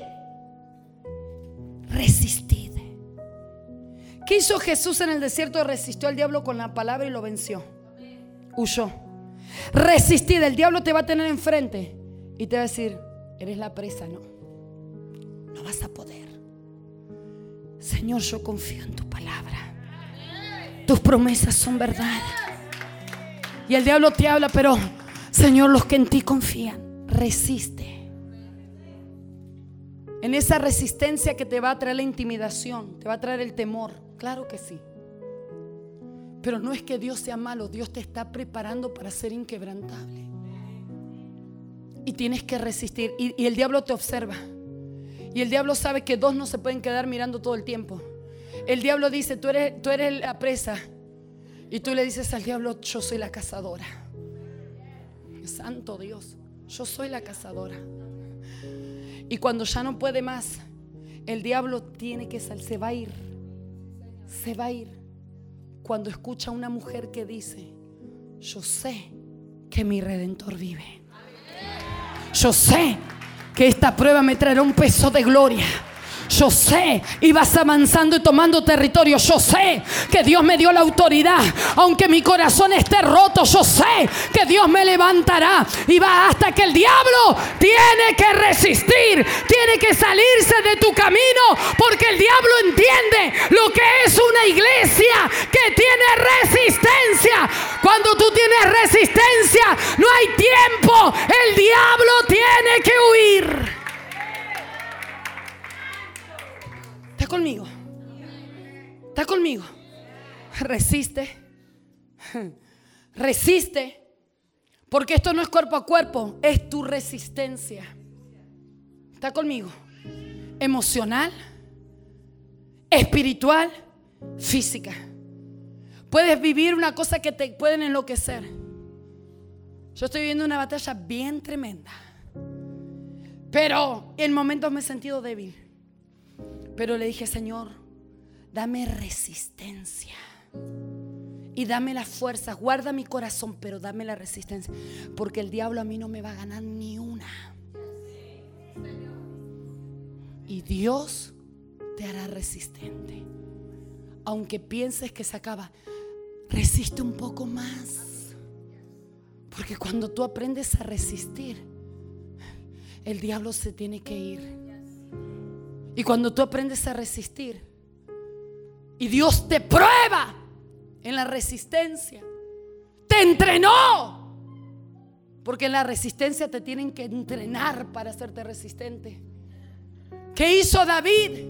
Resistid. ¿Qué hizo Jesús en el desierto? Resistió al diablo con la palabra y lo venció. Huyó. Resistid. El diablo te va a tener enfrente y te va a decir, eres la presa. No, no vas a poder. Señor, yo confío en tu palabra. Tus promesas son verdad. Y el diablo te habla, pero Señor, los que en ti confían, resiste. En esa resistencia que te va a traer la intimidación, te va a traer el temor. Claro que sí. Pero no es que Dios sea malo. Dios te está preparando para ser inquebrantable. Y tienes que resistir. Y, y el diablo te observa. Y el diablo sabe que dos no se pueden quedar mirando todo el tiempo. El diablo dice, tú eres, tú eres la presa. Y tú le dices al diablo, yo soy la cazadora. Santo Dios, yo soy la cazadora. Y cuando ya no puede más, el diablo tiene que salir, se va a ir. Se va a ir cuando escucha a una mujer que dice, yo sé que mi Redentor vive. Yo sé que esta prueba me traerá un peso de gloria. Yo sé, y vas avanzando y tomando territorio. Yo sé que Dios me dio la autoridad. Aunque mi corazón esté roto, yo sé que Dios me levantará. Y va hasta que el diablo tiene que resistir, tiene que salirse de tu camino. Porque el diablo entiende lo que es una iglesia que tiene resistencia. Cuando tú tienes resistencia, no hay tiempo. El diablo tiene que huir. ¿Está conmigo? ¿Está conmigo? Resiste. Resiste. Porque esto no es cuerpo a cuerpo, es tu resistencia. ¿Está conmigo? Emocional, espiritual, física. Puedes vivir una cosa que te pueden enloquecer. Yo estoy viviendo una batalla bien tremenda. Pero en momentos me he sentido débil. Pero le dije, Señor, dame resistencia y dame las fuerzas. Guarda mi corazón, pero dame la resistencia. Porque el diablo a mí no me va a ganar ni una. Y Dios te hará resistente. Aunque pienses que se acaba, resiste un poco más. Porque cuando tú aprendes a resistir, el diablo se tiene que ir. Y cuando tú aprendes a resistir y Dios te prueba en la resistencia, te se entrenó. Porque en la resistencia te tienen que entrenar para hacerte resistente. ¿Qué hizo David?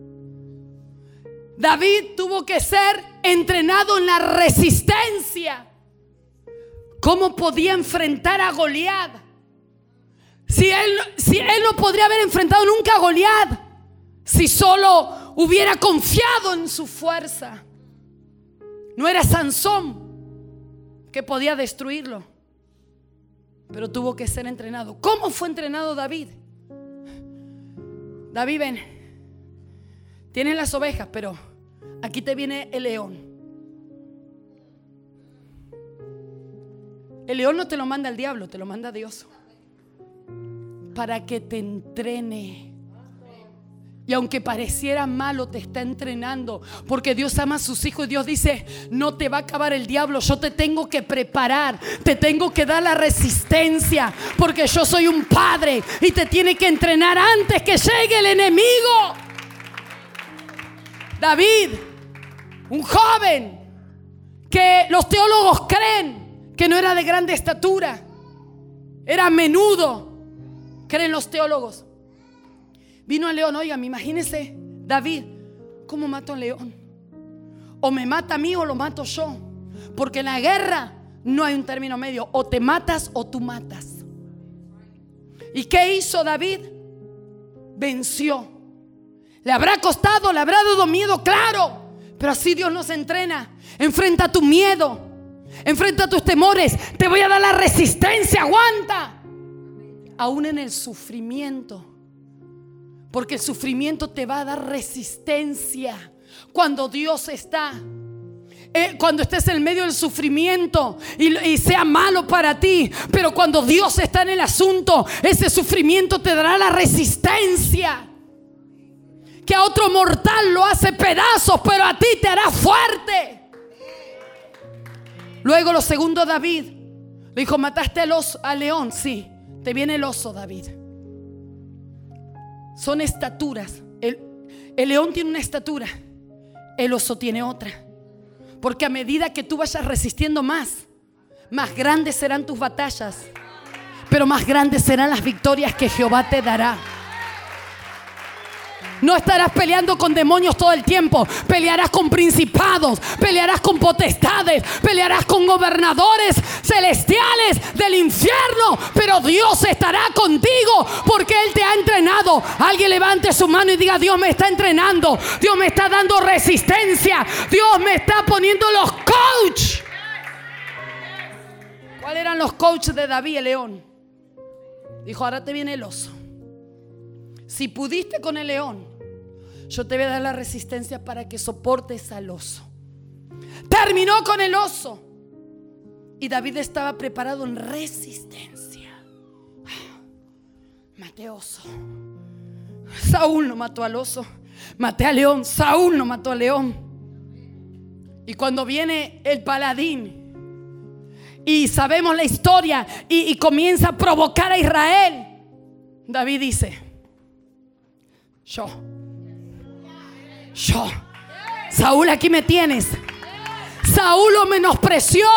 David tuvo que ser entrenado en la resistencia. ¿Cómo podía enfrentar a Goliat? Si él, si él no podría haber enfrentado nunca a Goliat si solo hubiera confiado en su fuerza. No era Sansón que podía destruirlo, pero tuvo que ser entrenado. ¿Cómo fue entrenado David? David, ven, tienes las ovejas, pero aquí te viene el león. El león no te lo manda el diablo, te lo manda Dios, para que te entrene. Y aunque pareciera malo, te está entrenando, porque Dios ama a sus hijos. Y Dios dice: no te va a acabar el diablo, yo te tengo que preparar, te tengo que dar la resistencia, porque yo soy un padre y te tiene que entrenar antes que llegue el enemigo. David, un joven que los teólogos creen que no era de grande estatura, era menudo, creen los teólogos. Vino al león. Oigan, imagínense, David, ¿cómo mato al león? O me mata a mí o lo mato yo, porque en la guerra no hay un término medio, o te matas o tú matas. ¿Y qué hizo David? Venció. Le habrá costado, le habrá dado miedo, claro, pero así Dios nos entrena. Enfrenta tu miedo, enfrenta tus temores. Te voy a dar la resistencia, aguanta, aún en el sufrimiento. Porque el sufrimiento te va a dar resistencia. Cuando Dios está, eh, cuando estés en medio del sufrimiento y, y sea malo para ti, pero cuando Dios está en el asunto, ese sufrimiento te dará la resistencia que a otro mortal lo hace pedazos, pero a ti te hará fuerte. Luego lo segundo, David le dijo: mataste al oso, al león. Sí, te viene el oso, David. Son estaturas. El, el león tiene una estatura, el oso tiene otra. Porque a medida que tú vayas resistiendo más, más grandes serán tus batallas, pero más grandes serán las victorias que Jehová te dará. No estarás peleando con demonios todo el tiempo. Pelearás con principados, pelearás con potestades, pelearás con gobernadores celestiales del infierno, pero Dios estará contigo porque Él te ha entrenado. Alguien levante su mano y diga: Dios me está entrenando, Dios me está dando resistencia, Dios me está poniendo los coach. ¿Cuáles eran los coaches de David, el león? Dijo: ahora te viene el oso. Si pudiste con el león, yo te voy a dar la resistencia para que soportes al oso. Terminó con el oso y David estaba preparado en resistencia. Maté oso, Saúl no mató al oso. Maté al león, Saúl no mató al león. Y cuando viene el paladín y sabemos la historia y, y comienza a provocar a Israel, David dice: Yo, yo, Saúl, aquí me tienes. Saúl lo menospreció.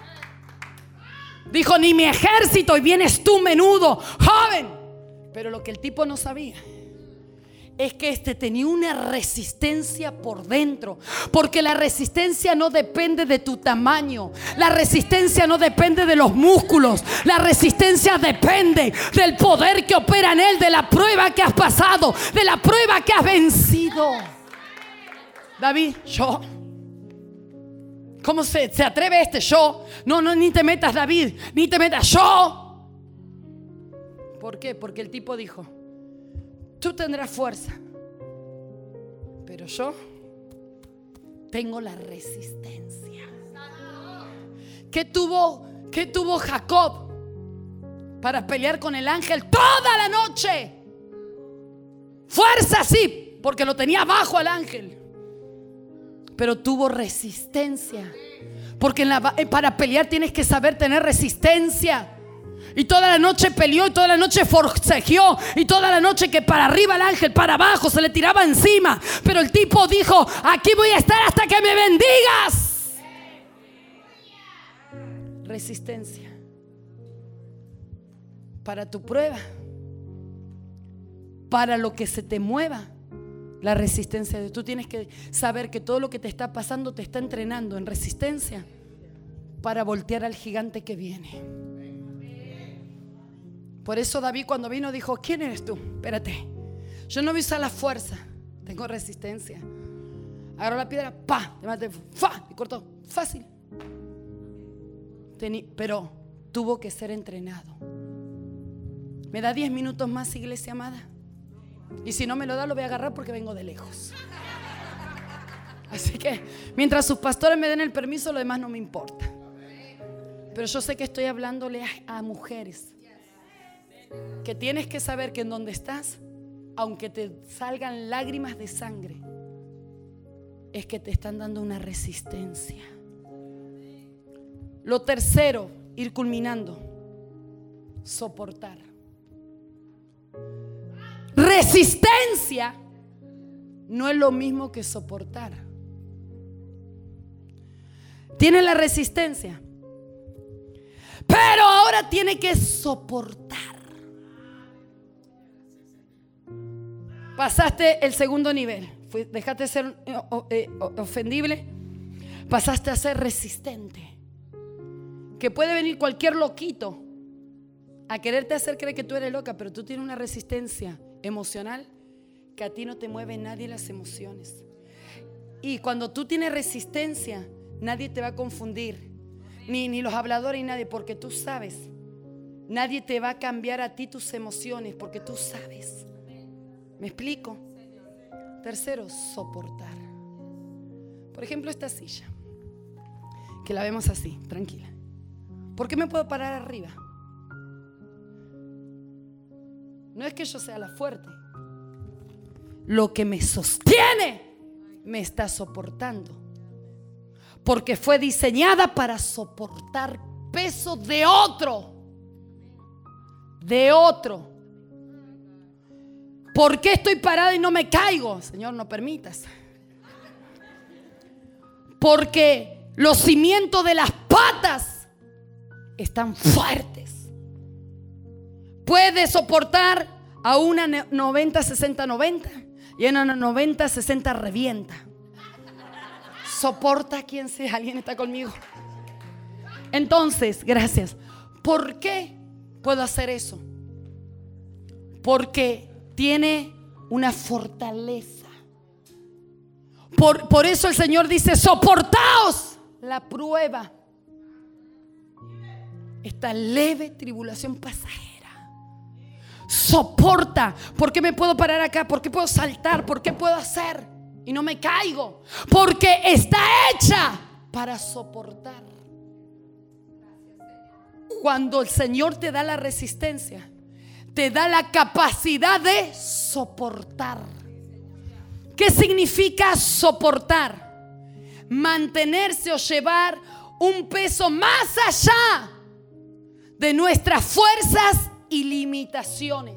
Dijo: ni mi ejército, y vienes tú, menudo, joven. Pero lo que el tipo no sabía es que este tenía una resistencia por dentro. Porque la resistencia no depende de tu tamaño. La resistencia no depende de los músculos. La resistencia depende del poder que opera en él, de la prueba que has pasado, de la prueba que has vencido. David, yo. ¿Cómo se, se atreve este yo? No, no, ni te metas, David, ni te metas, yo. ¿Por qué? Porque el tipo dijo: tú tendrás fuerza, pero yo tengo la resistencia. ¿Qué tuvo, qué tuvo Jacob para pelear con el ángel toda la noche? Fuerza, sí, porque lo tenía abajo al ángel, pero tuvo resistencia. Porque en la, para pelear tienes que saber tener resistencia. Y toda la noche peleó, y toda la noche forcejeó, y toda la noche que para arriba el ángel, para abajo se le tiraba encima. Pero el tipo dijo: aquí voy a estar hasta que me bendigas. resistencia. Para tu prueba, para lo que se te mueva, la resistencia de Dios. Tú tienes que saber que todo lo que te está pasando te está entrenando en resistencia para voltear al gigante que viene. Por eso David, cuando vino, dijo: ¿quién eres tú? Espérate, yo no voy a usar la fuerza, tengo resistencia. Agarró la piedra, pa, le maté, fa, y cortó, fácil. Tení, pero tuvo que ser entrenado. ¿Me da diez minutos más, iglesia amada? Y si no me lo da, lo voy a agarrar porque vengo de lejos. Así que mientras sus pastores me den el permiso, lo demás no me importa. Pero yo sé que estoy hablándole a, a mujeres, que tienes que saber que en donde estás, aunque te salgan lágrimas de sangre, es que te están dando una resistencia. Lo tercero, ir culminando, soportar. Resistencia no es lo mismo que soportar. Tiene la resistencia, pero ahora tiene que soportar. Pasaste el segundo nivel, dejaste de ser ofendible, pasaste a ser resistente. Que puede venir cualquier loquito a quererte hacer creer que tú eres loca, pero tú tienes una resistencia emocional que a ti no te mueve nadie las emociones. Y cuando tú tienes resistencia, nadie te va a confundir, ni, ni los habladores ni nadie, porque tú sabes. Nadie te va a cambiar a ti tus emociones, porque tú sabes. ¿Me explico? Tercero, soportar. Por ejemplo, esta silla, que la vemos así, tranquila. ¿Por qué me puedo parar arriba? No es que yo sea la fuerte. Lo que me sostiene me está soportando, porque fue diseñada para soportar peso de otro. De otro. ¿Por qué estoy parada y no me caigo? Señor, no permitas. Porque los cimientos de las patas están fuertes. Puede soportar a una noventa, sesenta, noventa y a una noventa, sesenta revienta. Soporta quien sea. ¿Alguien está conmigo? Entonces, gracias. ¿Por qué puedo hacer eso? Porque tiene una fortaleza. Por, por eso el Señor dice: soportaos la prueba, esta leve tribulación pasajera. Soporta. ¿Por qué me puedo parar acá? ¿Por qué puedo saltar? ¿Por qué puedo hacer y no me caigo? Porque está hecha para soportar. Cuando el Señor te da la resistencia, te da la capacidad de soportar. ¿Qué significa soportar? Mantenerse o llevar un peso más allá de nuestras fuerzas y limitaciones.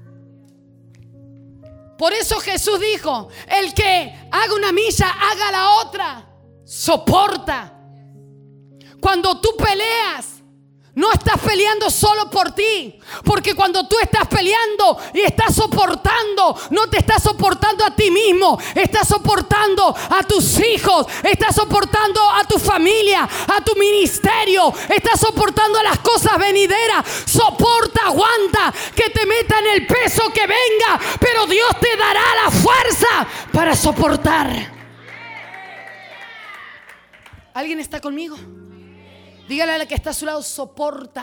Por eso Jesús dijo: el que haga una milla, haga la otra. Soporta. Cuando tú peleas, no estás peleando solo por ti, porque cuando tú estás peleando y estás soportando, no te estás soportando a ti mismo, estás soportando a tus hijos, estás soportando a tu familia, a tu ministerio, estás soportando las cosas venideras. Soporta, aguanta, que te metan el peso que venga, pero Dios te dará la fuerza para soportar. ¿Alguien está conmigo? Dígale a la que está a su lado: soporta.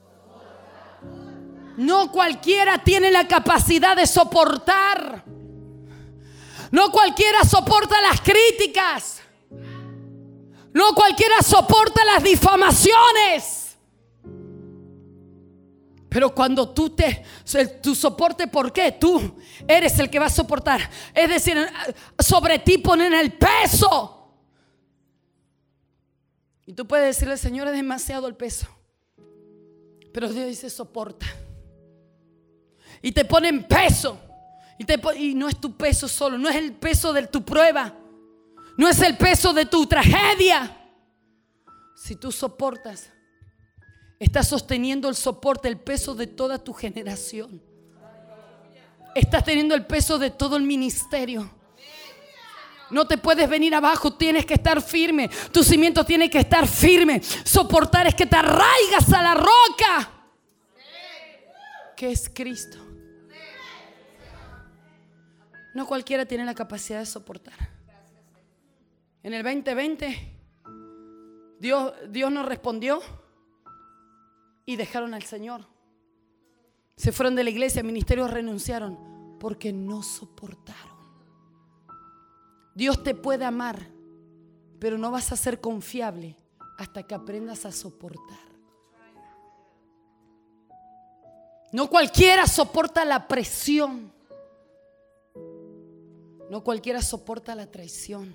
No cualquiera tiene la capacidad de soportar. No cualquiera soporta las críticas. No cualquiera soporta las difamaciones. Pero cuando tú te, tu soporte, ¿por qué? Tú eres el que va a soportar. Es decir, sobre ti ponen el peso. Y tú puedes decirle: Señor, es demasiado el peso. Pero Dios dice: soporta. Y te ponen peso. Y, te, y no es tu peso solo. No es el peso de tu prueba. No es el peso de tu tragedia. Si tú soportas, Estás sosteniendo el soporte, el peso de toda tu generación. Estás teniendo el peso de todo el ministerio. No te puedes venir abajo, tienes que estar firme. Tu cimiento tiene que estar firme. Soportar es que te arraigas a la roca, que es Cristo. No cualquiera tiene la capacidad de soportar. En el veinte veinte Dios, Dios nos respondió y dejaron al Señor. Se fueron de la iglesia, ministerios renunciaron porque no soportaron. Dios te puede amar, pero no vas a ser confiable hasta que aprendas a soportar. No cualquiera soporta la presión. No cualquiera soporta la traición.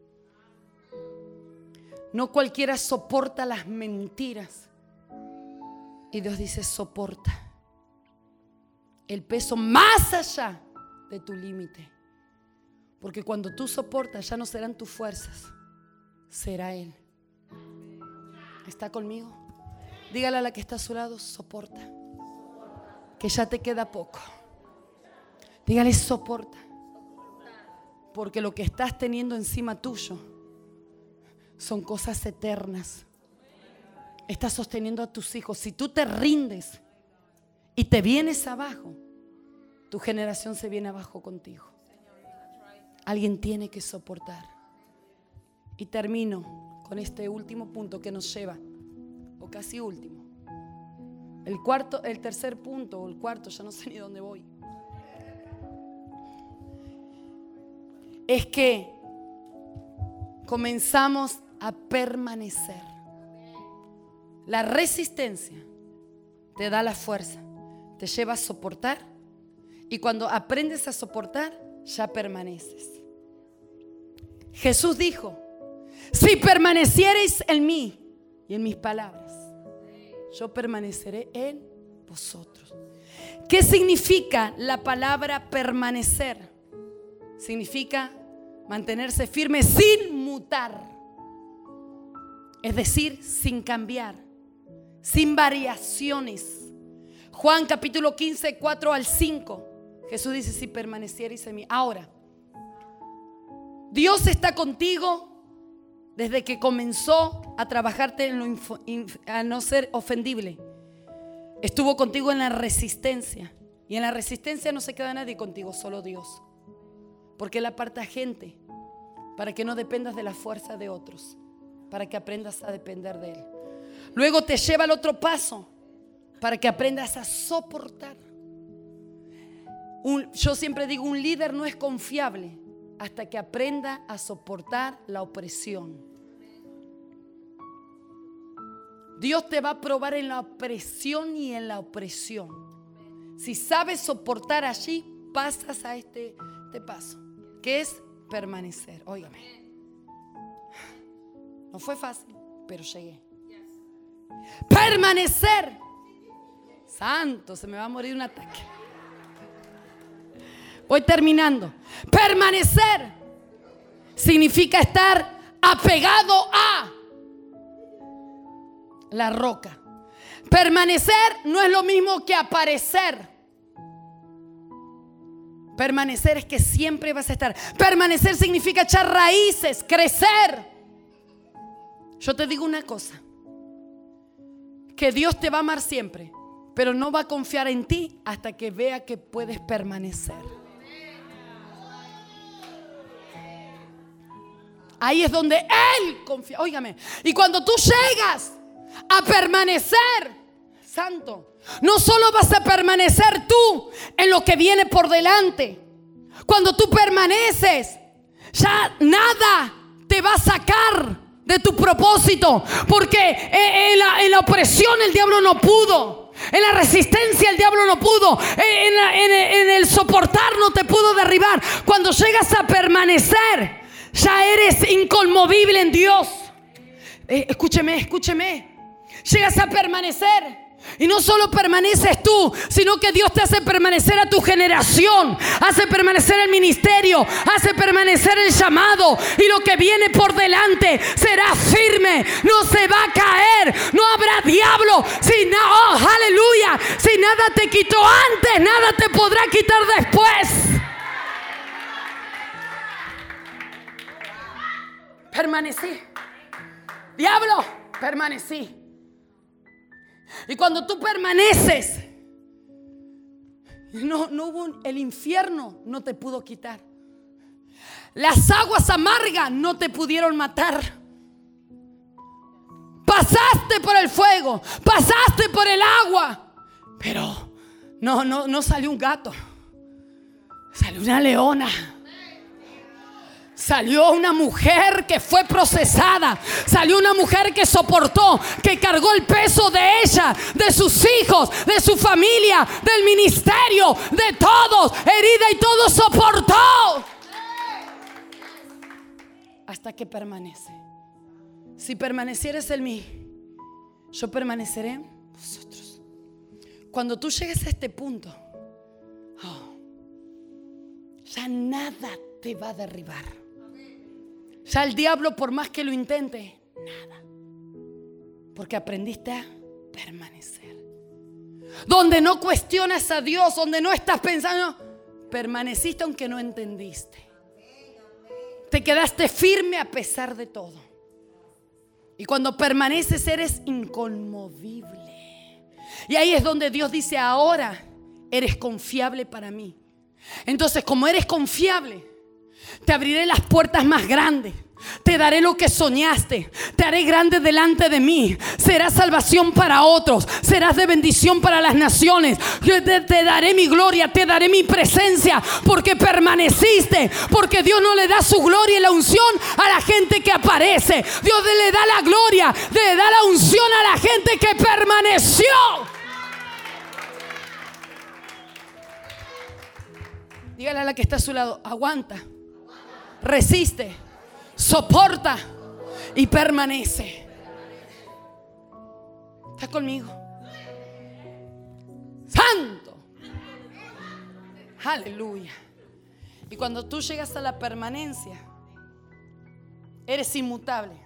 No cualquiera soporta las mentiras. Y Dios dice: soporta el peso más allá de tu límite. Porque cuando tú soportas, ya no serán tus fuerzas, será Él. ¿Está conmigo? Dígale a la que está a su lado: soporta, que ya te queda poco. Dígale: soporta, porque lo que estás teniendo encima tuyo son cosas eternas. Estás sosteniendo a tus hijos. Si tú te rindes y te vienes abajo, tu generación se viene abajo contigo. Alguien tiene que soportar. Y termino con este último punto que nos lleva, o casi último. El cuarto, el tercer punto, o el cuarto, ya no sé ni dónde voy. Es que comenzamos a permanecer. La resistencia te da la fuerza, te lleva a soportar, y cuando aprendes a soportar, ya permaneces. Jesús dijo: si permaneciereis en mí y en mis palabras, yo permaneceré en vosotros. ¿Qué significa la palabra permanecer? Significa mantenerse firme sin mutar, es decir, sin cambiar, sin variaciones. Juan capítulo quince, cuatro al cinco, Jesús dice: si permaneciereis en mí. Ahora, Dios está contigo desde que comenzó a trabajarte en lo info, inf, a no ser ofendible. Estuvo contigo en la resistencia, y en la resistencia no se queda nadie contigo, solo Dios, porque Él aparta gente para que no dependas de la fuerza de otros, para que aprendas a depender de Él. Luego te lleva al otro paso, para que aprendas a soportar. Un, yo siempre digo, un líder no es confiable hasta que aprenda a soportar la opresión. Dios te va a probar en la opresión y en la opresión. Si sabes soportar allí, pasas a este, este paso, que es permanecer. Óigame, no fue fácil, pero llegué. Permanecer. Santo, se me va a morir un ataque. Voy terminando. Permanecer significa estar apegado a la roca. Permanecer no es lo mismo que aparecer. Permanecer es que siempre vas a estar. Permanecer significa echar raíces, crecer. Yo te digo una cosa: que Dios te va a amar siempre, pero no va a confiar en ti hasta que vea que puedes permanecer. Ahí es donde Él confía. Óigame, y cuando tú llegas a permanecer, santo, no solo vas a permanecer tú en lo que viene por delante. Cuando tú permaneces, ya nada te va a sacar de tu propósito, porque en la, en la opresión el diablo no pudo, en la resistencia el diablo no pudo, en, la, en, en el soportar no te pudo derribar. Cuando llegas a permanecer, ya eres inconmovible en Dios. Eh, escúcheme, escúcheme. Llegas a permanecer Y no solo permaneces tú, sino que Dios te hace permanecer a tu generación, hace permanecer el ministerio, hace permanecer el llamado. Y lo que viene por delante será firme, no se va a caer, no habrá diablo. Si na- oh, aleluya, si nada te quitó antes, nada te podrá quitar después. Permanecí. Diablo, permanecí. Y cuando tú permaneces, no, no hubo un, el infierno no te pudo quitar. Las aguas amargas no te pudieron matar. Pasaste por el fuego, pasaste por el agua, pero no, no, no salió un gato, salió una leona. Salió una mujer que fue procesada. Salió una mujer que soportó, que cargó el peso de ella, de sus hijos, de su familia, del ministerio, de todos, herida y todo soportó. Hasta que permanece. Si permanecieres en mí, yo permaneceré en vosotros. Cuando tú llegues a este punto, oh, ya nada te va a derribar. Ya el diablo, por más que lo intente, nada. Porque aprendiste a permanecer. Donde no cuestionas a Dios, donde no estás pensando, permaneciste aunque no entendiste. Te quedaste firme a pesar de todo. Y cuando permaneces eres inconmovible. Y ahí es donde Dios dice: ahora eres confiable para mí. Entonces, como eres confiable, te abriré las puertas más grandes. Te daré lo que soñaste. Te haré grande delante de mí. Serás salvación para otros. Serás de bendición para las naciones. Te, te daré mi gloria. Te daré mi presencia. Porque permaneciste. Porque Dios no le da su gloria y la unción a la gente que aparece. Dios le da la gloria, le da la unción a la gente que permaneció. Dígale a la que está a su lado: aguanta, resiste, soporta y permanece. ¿Estás conmigo? Santo. Aleluya. Y cuando tú llegas a la permanencia, eres inmutable.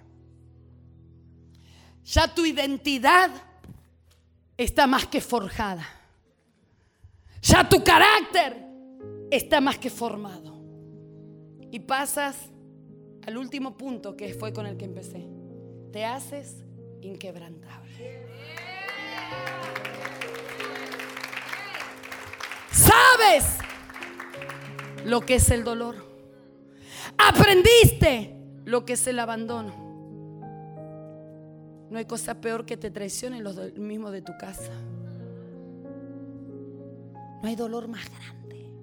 Ya tu identidad está más que forjada. Ya tu carácter está más que formado. Y pasas al último punto, que fue con el que empecé. Te haces inquebrantable. Sabes lo que es el dolor. Aprendiste lo que es el abandono. No hay cosa peor que te traicionen los mismos de tu casa. No hay dolor más grande.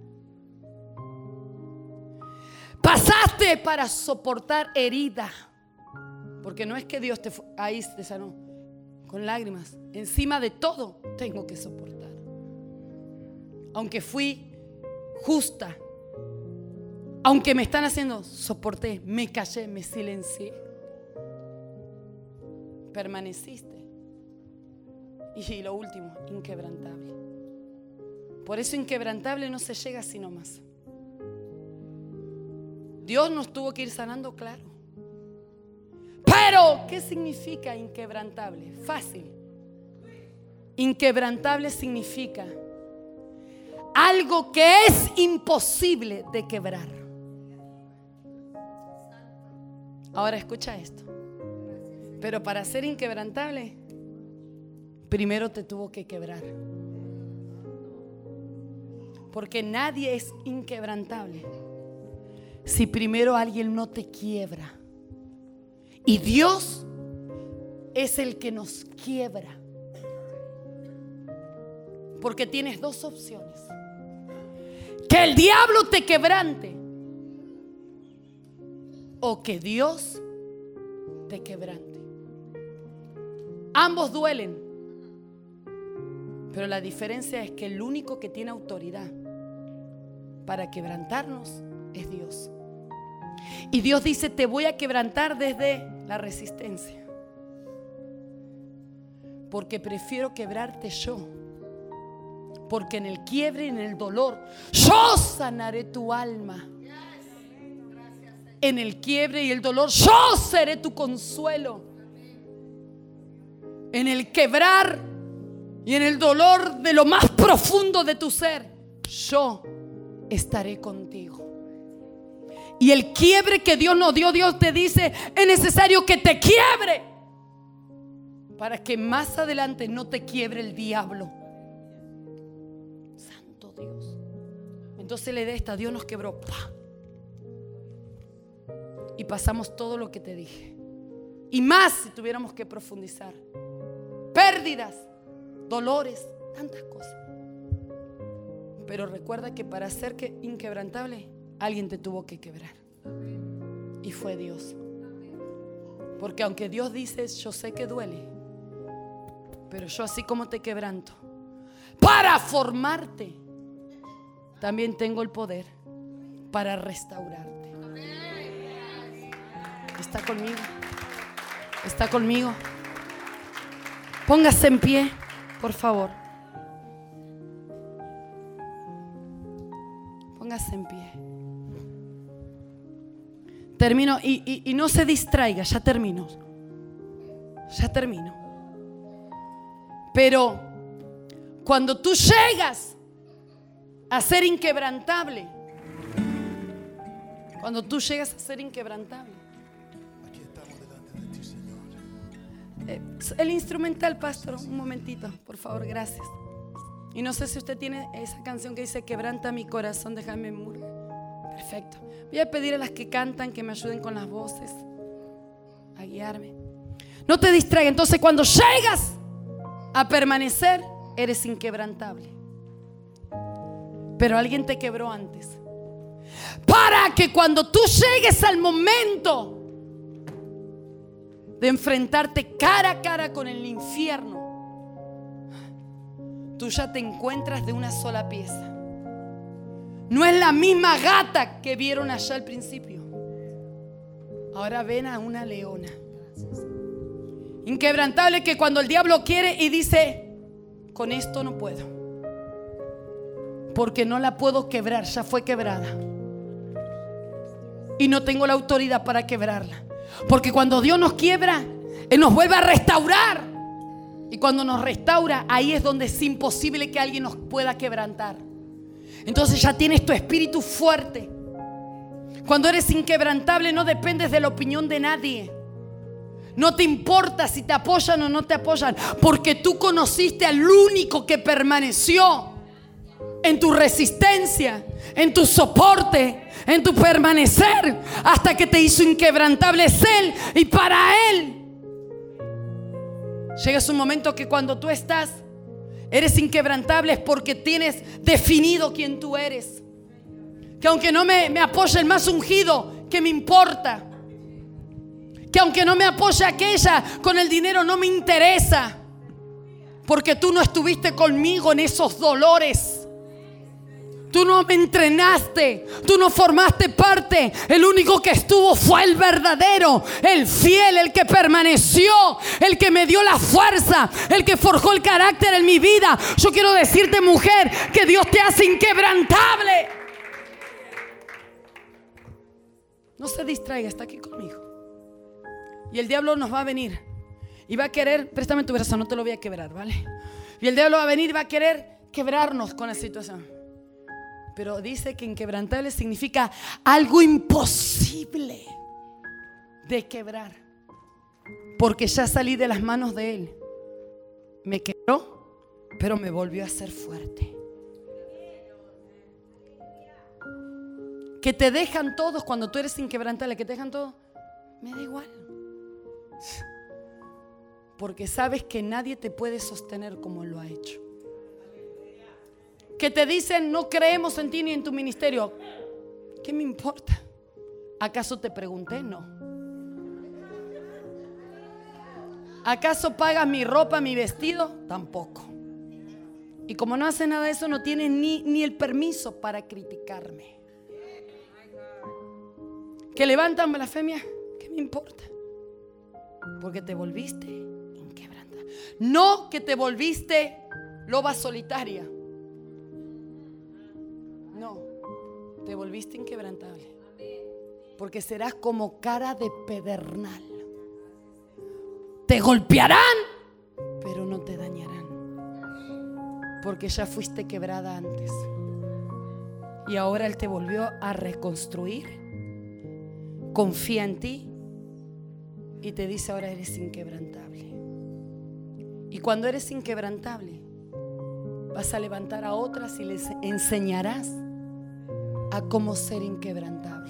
Pasaste para soportar herida. Porque no es que Dios te ahí te sanó con lágrimas. Encima de todo tengo que soportar. Aunque fui justa, aunque me están haciendo, soporté, me callé, me silencié. Permaneciste. Y lo último, inquebrantable. Por eso inquebrantable no se llega así nomás. Dios nos tuvo que ir sanando, claro. Pero, ¿qué significa inquebrantable? Fácil. Inquebrantable significa algo que es imposible de quebrar. Ahora escucha esto. Pero para ser inquebrantable, primero te tuvo que quebrar. Porque nadie es inquebrantable si primero alguien no te quiebra. Y Dios es el que nos quiebra. Porque tienes dos opciones: que el diablo te quebrante, o que Dios te quebrante. Ambos duelen, pero la diferencia es que el único que tiene autoridad para quebrantarnos es Dios. Y Dios dice: te voy a quebrantar desde la resistencia. porque prefiero quebrarte yo. Porque en el quiebre y en el dolor yo sanaré tu alma. En el quiebre y el dolor yo seré tu consuelo. En el quebrar y en el dolor de lo más profundo de tu ser, yo estaré contigo. Y el quiebre que Dios nos dio, Dios te dice, es necesario que te quiebre para que más adelante no te quiebre el diablo. Santo Dios. Entonces la idea esta, Dios nos quebró, ¡pah! Y pasamos todo lo que te dije y más si tuviéramos que profundizar. Pérdidas, dolores, tantas cosas. Pero recuerda que para ser que inquebrantable, alguien te tuvo que quebrar. Y fue Dios. Porque aunque Dios dice, yo sé que duele, pero yo así como te quebranto, para formarte, también tengo el poder para restaurarte. Está conmigo. Está conmigo. Póngase en pie, por favor. Póngase en pie. Termino y, y, y no se distraiga, ya termino. Ya termino. Pero cuando tú llegas a ser inquebrantable, cuando tú llegas a ser inquebrantable, eh, el instrumental, pastor, un momentito, por favor, gracias. Y no sé si usted tiene esa canción que dice quebranta mi corazón de Jaime Murray. Perfecto. Voy a pedir a las que cantan que me ayuden con las voces a guiarme. No te distraigas. Entonces cuando llegas a permanecer, eres inquebrantable. Pero alguien te quebró antes, para que cuando tú llegues al momento de enfrentarte cara a cara con el infierno, tú ya te encuentras de una sola pieza. No es la misma gata que vieron allá al principio. Ahora ven a una leona. Inquebrantable, que cuando el diablo quiere y dice, con esto no puedo, porque no la puedo quebrar, ya fue quebrada. Y no tengo la autoridad para quebrarla. Porque cuando Dios nos quiebra, Él nos vuelve a restaurar. Y cuando nos restaura, ahí es donde es imposible que alguien nos pueda quebrantar. Entonces ya tienes tu espíritu fuerte. Cuando eres inquebrantable, no dependes de la opinión de nadie. No te importa si te apoyan o no te apoyan, porque tú conociste al único que permaneció en tu resistencia, en tu soporte, en tu permanecer, hasta que te hizo inquebrantable. Es Él, y para Él llega un momento que cuando tú estás, eres inquebrantable, es porque tienes definido quién tú eres. Que aunque no me, me apoye el más ungido, ¿qué me importa? Que aunque no me apoye aquella con el dinero, no me interesa, porque tú no estuviste conmigo en esos dolores. Tú no me entrenaste, tú no formaste parte. El único que estuvo fue el verdadero, el fiel, el que permaneció, el que me dio la fuerza, el que forjó el carácter en mi vida. Yo quiero decirte, mujer, que Dios te hace inquebrantable. No se distraiga, está aquí conmigo. Y el diablo nos va a venir y va a querer, préstame tu brazo, no te lo voy a quebrar, ¿vale? Y el diablo va a venir y va a querer quebrarnos con la situación. Pero dice que inquebrantable significa algo imposible de quebrar, porque ya salí de las manos de Él. Me quebró, pero me volvió a hacer fuerte. Que te dejan todos cuando tú eres inquebrantable, que te dejan todos, me da igual. Porque sabes que nadie te puede sostener como Él lo ha hecho. Que te dicen, no creemos en ti ni en tu ministerio. ¿Qué me importa? ¿Acaso te pregunté? No. ¿Acaso pagas mi ropa, mi vestido? Tampoco. Y como no hace nada de eso, no tienes ni, ni el permiso para criticarme. ¿Que levantan blasfemia? ¿Qué me importa? Porque te volviste inquebrantable. No que te volviste loba solitaria. No, te volviste inquebrantable. Porque serás como cara de pedernal. Te golpearán, pero no te dañarán. Porque ya fuiste quebrada antes. Y ahora Él te volvió a reconstruir. Confía en ti. Y te dice: ahora eres inquebrantable. Y cuando eres inquebrantable, vas a levantar a otras y les enseñarás a cómo ser inquebrantable.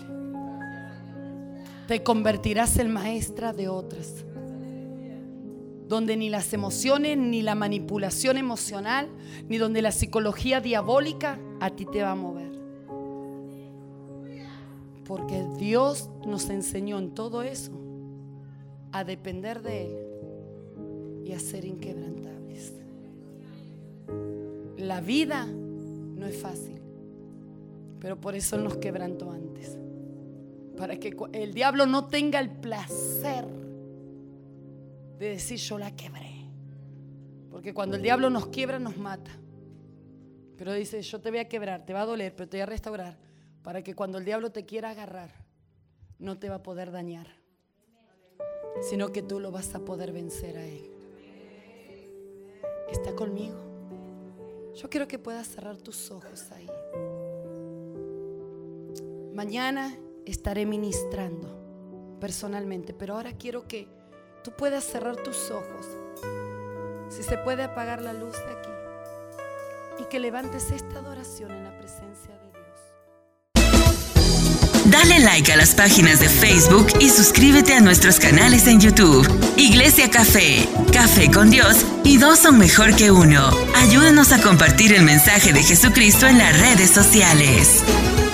Te convertirás en maestra de otras, donde ni las emociones, ni la manipulación emocional, ni donde la psicología diabólica a ti te va a mover. Porque Dios nos enseñó en todo eso a depender de Él y a ser inquebrantables. La vida no es fácil, pero por eso Él nos quebrantó antes, para que el diablo no tenga el placer de decir: yo la quebré. Porque cuando el diablo nos quiebra, nos mata. Pero dice: yo te voy a quebrar, te va a doler, pero te voy a restaurar, para que cuando el diablo te quiera agarrar, no te va a poder dañar, sino que tú lo vas a poder vencer a Él. ¿Está conmigo? Yo quiero que puedas cerrar tus ojos ahí. Mañana estaré ministrando personalmente, pero ahora quiero que tú puedas cerrar tus ojos. Si se puede apagar la luz de aquí, y que levantes esta adoración en la presencia de Dios. Dale like a las páginas de Facebook y suscríbete a nuestros canales en YouTube. Iglesia Café, Café con Dios y dos son mejor que uno. Ayúdanos a compartir el mensaje de Jesucristo en las redes sociales.